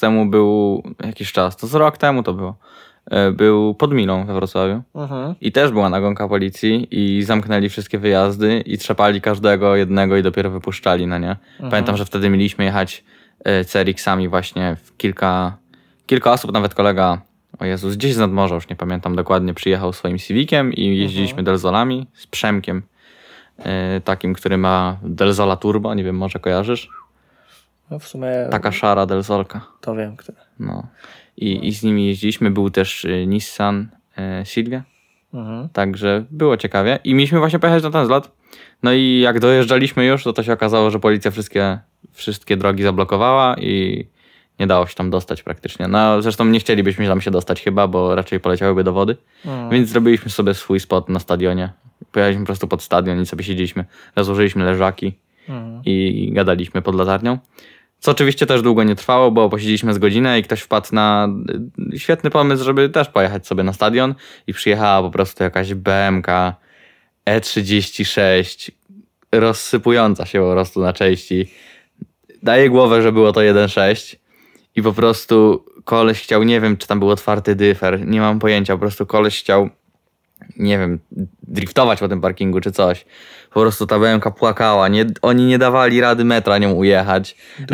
to z rok temu to było, był pod Milą we Wrocławiu i też była nagonka policji i zamknęli wszystkie wyjazdy i trzepali każdego jednego i dopiero wypuszczali, no nie? Pamiętam, że wtedy mieliśmy jechać CRX-ami właśnie w kilka osób, nawet kolega, o Jezus, gdzieś z nadmorza, już nie pamiętam dokładnie, przyjechał swoim Civiciem i jeździliśmy Delzolami z Przemkiem, takim, który ma Delzola Turbo, nie wiem, może kojarzysz? No w sumie... Taka szara Delzolka. To wiem, która. No. I z nimi jeździliśmy, był też Nissan Silvia, także było ciekawie i mieliśmy właśnie pojechać na ten zlot. No i jak dojeżdżaliśmy już, to się okazało, że policja wszystkie drogi zablokowała i nie dało się tam dostać praktycznie. No zresztą nie chcielibyśmy tam się dostać chyba, bo raczej poleciałyby do wody. Więc zrobiliśmy sobie swój spot na stadionie. Pojechaliśmy po prostu pod stadion i sobie siedzieliśmy, rozłożyliśmy leżaki i gadaliśmy pod latarnią. Co oczywiście też długo nie trwało, bo posiedzieliśmy z godzinę i ktoś wpadł na świetny pomysł, żeby też pojechać sobie na stadion i przyjechała po prostu jakaś BMK E36 rozsypująca się po prostu na części. Daję głowę, że było to 1.6 i po prostu koleś chciał, nie wiem, czy tam był otwarty dyfer, nie mam pojęcia, po prostu koleś chciał, nie wiem, driftować po tym parkingu czy coś. Po prostu ta BMK płakała, oni nie dawali rady metra nią ujechać.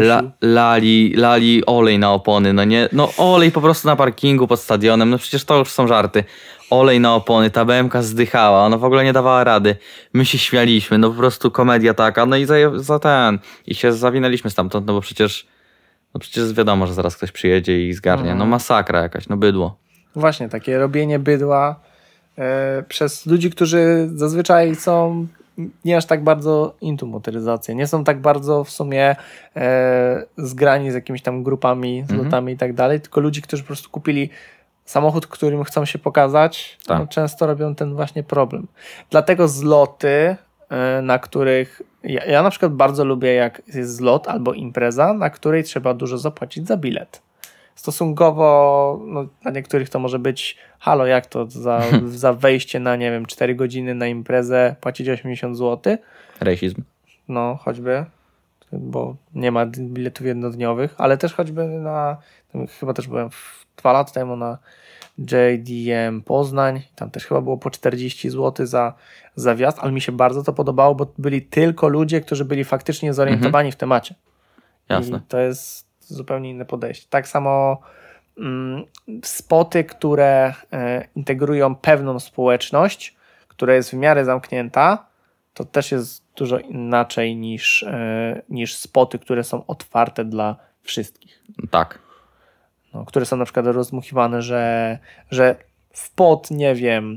Lali olej na opony, no nie, no olej po prostu na parkingu pod stadionem, no przecież to już są żarty. Olej na opony, ta BMK zdychała, ona w ogóle nie dawała rady. My się śmialiśmy, no po prostu komedia taka, no i i się zawinęliśmy stamtąd, no bo przecież wiadomo, że zaraz ktoś przyjedzie i zgarnie, no masakra jakaś, no bydło. Właśnie, takie robienie bydła przez ludzi, którzy zazwyczaj są nie aż tak bardzo into motoryzację. Nie są tak bardzo w sumie zgrani z jakimiś tam grupami, zlotami i tak dalej, tylko ludzi, którzy po prostu kupili samochód, którym chcą się pokazać, no, często robią ten właśnie problem. Dlatego zloty, na których ja na przykład bardzo lubię, jak jest zlot albo impreza, na której trzeba dużo zapłacić za bilet. Stosunkowo, no, dla niektórych to może być halo, jak to za wejście na, nie wiem, 4 godziny na imprezę płacić 80 zł. Rasizm. No, choćby, bo nie ma biletów jednodniowych, ale też choćby chyba też byłem 2 lata temu na JDM Poznań, tam też chyba było po 40 zł za wjazd, ale mi się bardzo to podobało, bo byli tylko ludzie, którzy byli faktycznie zorientowani w temacie. Jasne. I to jest zupełnie inne podejście. Tak samo spoty, które integrują pewną społeczność, która jest w miarę zamknięta, to też jest dużo inaczej niż spoty, które są otwarte dla wszystkich. Tak. No, które są na przykład rozmuchiwane, że spot, nie wiem,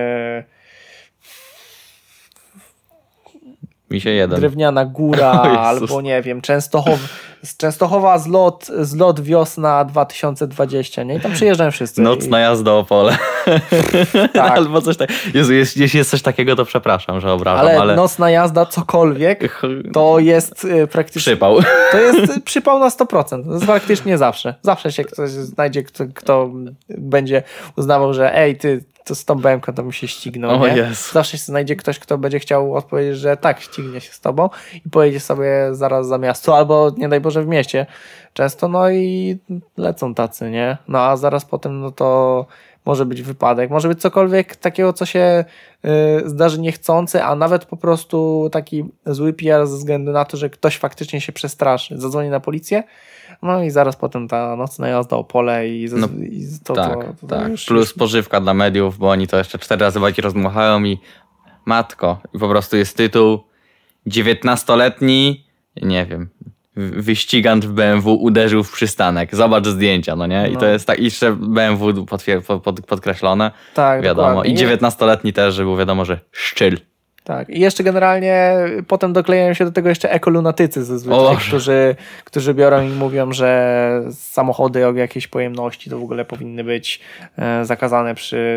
Mi się jeden. Drewniana Góra, albo nie wiem, Częstochowa zlot wiosna 2020, nie? I tam przyjeżdżają wszyscy. Nocna jazda Opole. Tak. Albo coś takiego. Jezu, jeśli jest coś takiego, to przepraszam, że obrażam, ale... nocna jazda, cokolwiek, to jest praktycznie... Przypał. To jest przypał na 100%. To jest praktycznie zawsze. Zawsze się ktoś znajdzie, kto będzie uznawał, że ty, to z tą BM-ką to mi się ścignął, nie? Yes. Zawsze się znajdzie ktoś, kto będzie chciał odpowiedzieć, że tak, ścignie się z tobą i pojedzie sobie zaraz za miasto, albo nie daj Boże w mieście często, no i lecą tacy, nie? No a zaraz potem, no to może być wypadek, może być cokolwiek takiego, co się zdarzy niechcący, a nawet po prostu taki zły PR ze względu na to, że ktoś faktycznie się przestraszy, zadzwoni na policję, no i zaraz potem ta nocna jazda Opole tak. Plus pożywka dla mediów, bo oni to jeszcze 4 razy bardziej rozmuchają i matko, i po prostu jest tytuł 19-letni, nie wiem, wyścigant w BMW uderzył w przystanek. Zobacz zdjęcia, no nie? I to jest tak, jeszcze BMW podkreślone, tak, wiadomo. dokładnie. I 19-letni też, żeby było wiadomo, że szczyl. Tak. I jeszcze generalnie potem doklejają się do tego jeszcze ekolunatycy zazwyczaj, którzy biorą i mówią, że samochody o jakiejś pojemności to w ogóle powinny być zakazane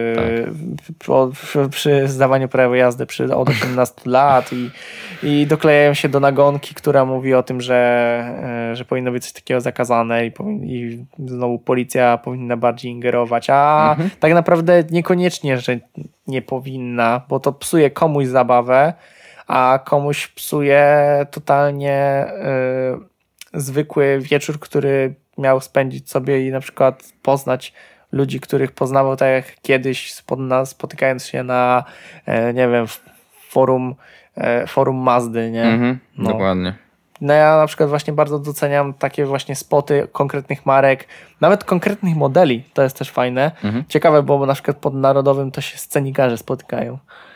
przy zdawaniu prawa jazdy od 18 lat i doklejają się do nagonki, która mówi o tym, że powinno być coś takiego zakazane i znowu policja powinna bardziej ingerować, a tak naprawdę niekoniecznie, że nie powinna, bo to psuje komuś zabawę, a komuś psuje totalnie zwykły wieczór, który miał spędzić sobie i na przykład poznać ludzi, których poznawał tak jak kiedyś spotykając się na nie wiem, forum Mazdy, nie? No. Dokładnie. No ja na przykład właśnie bardzo doceniam takie właśnie spoty konkretnych marek, nawet konkretnych modeli, to jest też fajne. Ciekawe, bo na przykład pod Narodowym to się scenikarze spotykają.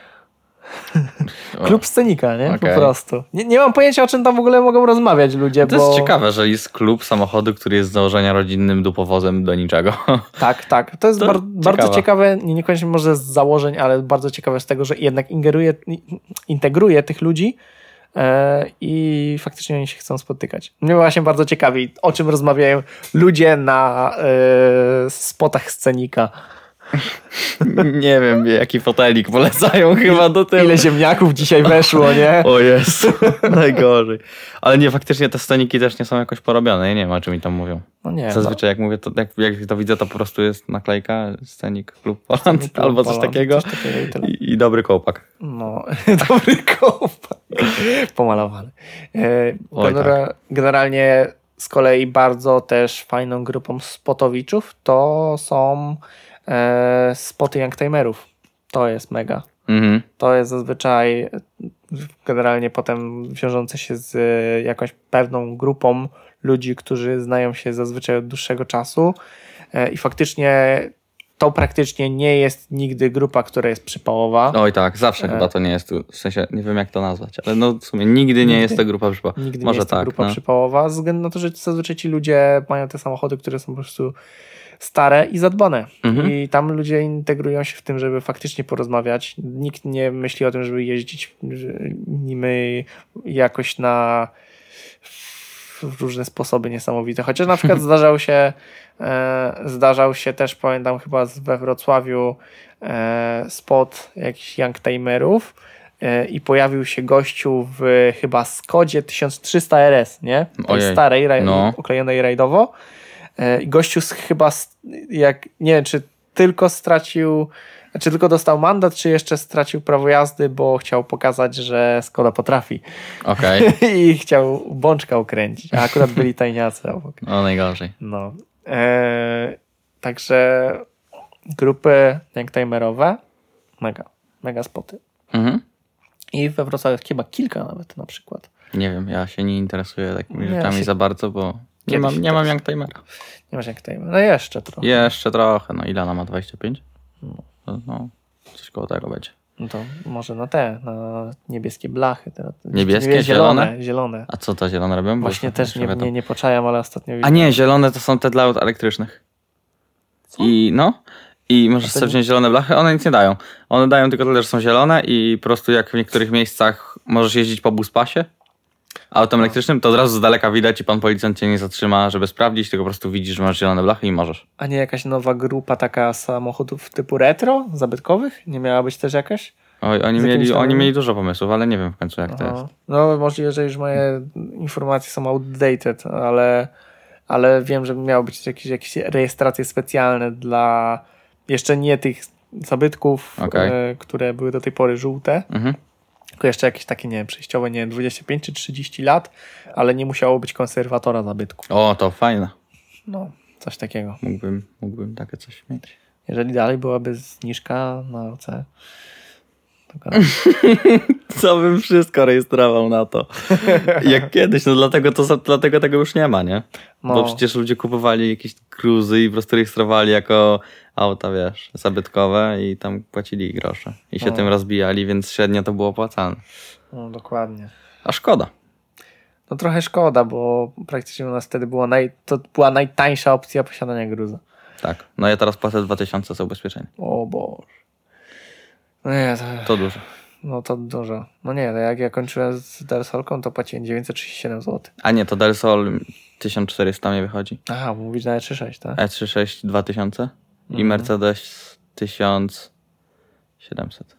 Klub scenika, nie? Po prostu. Nie mam pojęcia, o czym tam w ogóle mogą rozmawiać ludzie, To jest ciekawe, że jest klub samochodu, który jest z założenia rodzinnym dupowozem do niczego. Tak. To jest bardzo ciekawe, niekoniecznie może z założeń, ale bardzo ciekawe z tego, że jednak integruje tych ludzi i faktycznie oni się chcą spotykać. Mnie właśnie bardzo ciekawi, o czym rozmawiają ludzie na spotach scenika. Nie wiem, jaki fotelik polecają chyba do tyłu. Ile ziemniaków dzisiaj weszło, nie? O Jezu, najgorzej. Ale nie, faktycznie te sceniki też nie są jakoś porobione. Ja nie wiem, o czym mi tam mówią. No nie. Zazwyczaj jak mówię, to jak to widzę, to po prostu jest naklejka, scenik Klub Poland albo coś takiego i dobry kołpak. No, dobry kołpak. Pomalowany. Generalnie z kolei bardzo też fajną grupą spotowiczów to są spoty youngtimerów. To jest mega. To jest zazwyczaj generalnie potem wiążące się z jakąś pewną grupą ludzi, którzy znają się zazwyczaj od dłuższego czasu i faktycznie to praktycznie nie jest nigdy grupa, która jest przypałowa. Oj tak, zawsze chyba to nie jest, w sensie nie wiem jak to nazwać, ale no w sumie nigdy nie jest to grupa przypałowa. Nigdy Może nie jest to tak, grupa no. przypałowa, ze względu na to, że zazwyczaj ci ludzie mają te samochody, które są po prostu stare i zadbane. I tam ludzie integrują się w tym, żeby faktycznie porozmawiać. Nikt nie myśli o tym, żeby jeździć nimi jakoś na w różne sposoby niesamowite. Chociaż na przykład zdarzał się też, pamiętam chyba we Wrocławiu spot jakichś youngtimerów i pojawił się gościu w chyba Skodzie 1300 RS, nie? Tej starej, oklejonej rajdowo. I gościu chyba, nie wiem, czy tylko dostał mandat, czy jeszcze stracił prawo jazdy, bo chciał pokazać, że Skoda potrafi. Okej. I chciał bączka ukręcić, a akurat byli tajniacy obok. No najgorzej. No. Także grupy youngtimerowe, mega spoty. I we Wrocławiu chyba kilka nawet na przykład. Nie wiem, ja się nie interesuję takimi rzeczami za bardzo, bo nie mam youngtimera. Nie masz youngtimera. No jeszcze trochę. Jeszcze trochę. No ile ona ma? 25? No, coś koło tego będzie. No to może na niebieskie blachy. Niebieskie? Zielone. A co to zielone robią? Właśnie też nie poczajam, ale ostatnio widziałem. A nie, zielone to są te dla aut elektrycznych. Co? I możesz sobie wziąć zielone blachy, one nic nie dają. One dają tylko tyle, że są zielone i po prostu jak w niektórych miejscach możesz jeździć po buspasie autem elektrycznym, to od razu z daleka widać i pan policjant cię nie zatrzyma, żeby sprawdzić, tylko po prostu widzisz, że masz zielone blachy i możesz. A nie jakaś nowa grupa taka samochodów typu retro, zabytkowych? Nie miała być też jakaś? Oj, oni mieli dużo pomysłów, ale nie wiem w końcu jak to jest. No możliwe, że już moje informacje są outdated, ale wiem, że miały być jakieś rejestracje specjalne dla jeszcze nie tych zabytków, które były do tej pory żółte. Tylko jeszcze jakieś takie, nie wiem, przejściowe, nie wiem, 25 czy 30 lat, ale nie musiało być konserwatora zabytku. O, to fajne. No, coś takiego. Mógłbym takie coś mieć. Jeżeli dalej byłaby zniżka na OC. Co bym wszystko rejestrował na to. Jak kiedyś, no dlatego tego już nie ma, nie? No. Bo przecież ludzie kupowali jakieś cruzy i po prostu rejestrowali jako auta, wiesz, zabytkowe i tam płacili grosze. I się tym rozbijali, więc średnio to było opłacalne. No, dokładnie. A szkoda. No trochę szkoda, bo praktycznie u nas wtedy to była najtańsza opcja posiadania gruza. Tak. No ja teraz płacę 2000 za ubezpieczenie. O Boże. No nie, to dużo. No to dużo. No nie, jak ja kończyłem z Delsolką, to płaciłem 937 zł. A nie, to Delsol 1400 mi wychodzi. Aha, mówisz na E36, tak? E36 2000 i Mercedes 1700.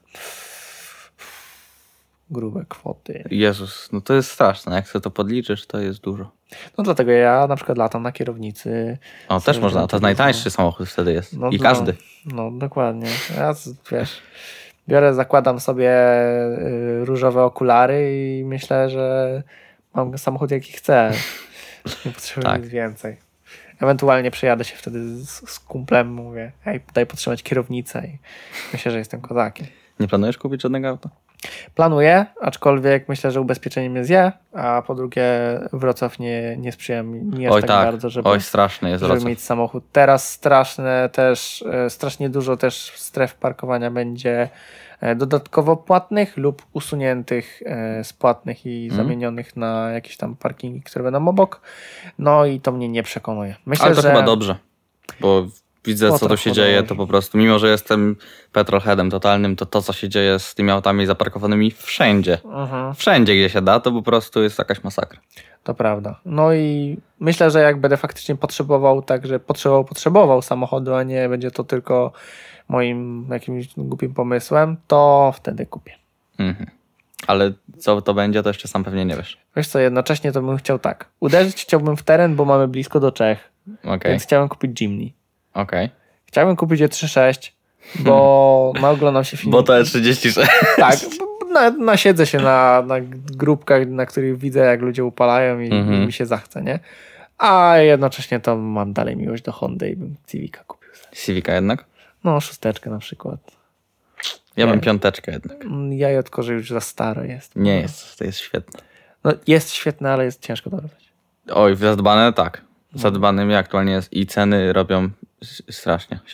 Grube kwoty. Jezus, no to jest straszne. Jak sobie to podliczysz, to jest dużo. No dlatego ja na przykład latam na kierownicy. O, też można. To najtańszy samochód wtedy jest. I każdy. No, dokładnie. Ja, wiesz, zakładam sobie różowe okulary i myślę, że mam samochód jaki chcę. Nie potrzebuję nic więcej. Ewentualnie przejadę się wtedy z kumplem, mówię, hej, daj podtrzymać kierownicę i myślę, że jestem kozakiem. Nie planujesz kupić żadnego auta? Planuję, aczkolwiek myślę, że ubezpieczenie mnie zje, a po drugie Wrocław nie sprzyja mi aż tak bardzo, żeby, straszny jest żeby mieć samochód. Teraz strasznie dużo też stref parkowania będzie dodatkowo płatnych lub usuniętych z płatnych i zamienionych na jakieś tam parkingi, które będą obok. No i to mnie nie przekonuje. Myślę, ale to chyba dobrze, bo widzę, co tu się dzieje, to po prostu, mimo że jestem petrolheadem totalnym, to co się dzieje z tymi autami zaparkowanymi wszędzie. Wszędzie, gdzie się da, to po prostu jest jakaś masakra. To prawda. No i myślę, że jak będę faktycznie potrzebował, także potrzebował samochodu, a nie będzie to tylko moim jakimś głupim pomysłem, to wtedy kupię. Ale co to będzie, to jeszcze sam pewnie nie wiesz. Wiesz co, jednocześnie to bym chciał tak. Uderzyć chciałbym w teren, bo mamy blisko do Czech. Więc chciałem kupić Jimny. Chciałbym kupić E36, bo oglądam się film. Bo to E36. Tak, nasiedzę się na grupkach, na których widzę, jak ludzie upalają i mi się zachce, nie? A jednocześnie to mam dalej miłość do Hondy i bym Civica kupił. Civica jednak? No, 6 na przykład. Ja bym 5 jednak. Jajotko, że już za stare jest. Nie jest, to jest świetne. No, jest świetne, ale jest ciężko dorwać. Oj, zadbane tak. Zadbanymi aktualnie jest i ceny robią strasznie się.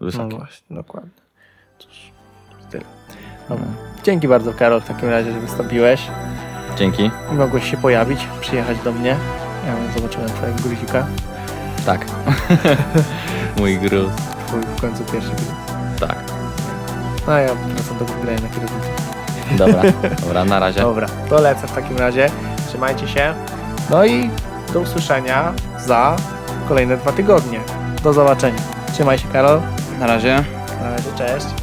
wysokie. No właśnie, dokładnie. Cóż, tyle. Dobra. Dzięki bardzo, Karol, w takim razie, że wystąpiłeś. Dzięki. I mogłeś się pojawić, przyjechać do mnie. Ja zobaczyłem twojego gruzika. Tak. Mój gruz. Twój w końcu pierwszy gruz. Tak. No ja wracam do grania na kierownicy. Dobra, na razie. Dobra, to lecę w takim razie. Trzymajcie się. No i do usłyszenia za kolejne 2 tygodnie. Do zobaczenia. Trzymaj się, Karol. Na razie. Na razie, cześć.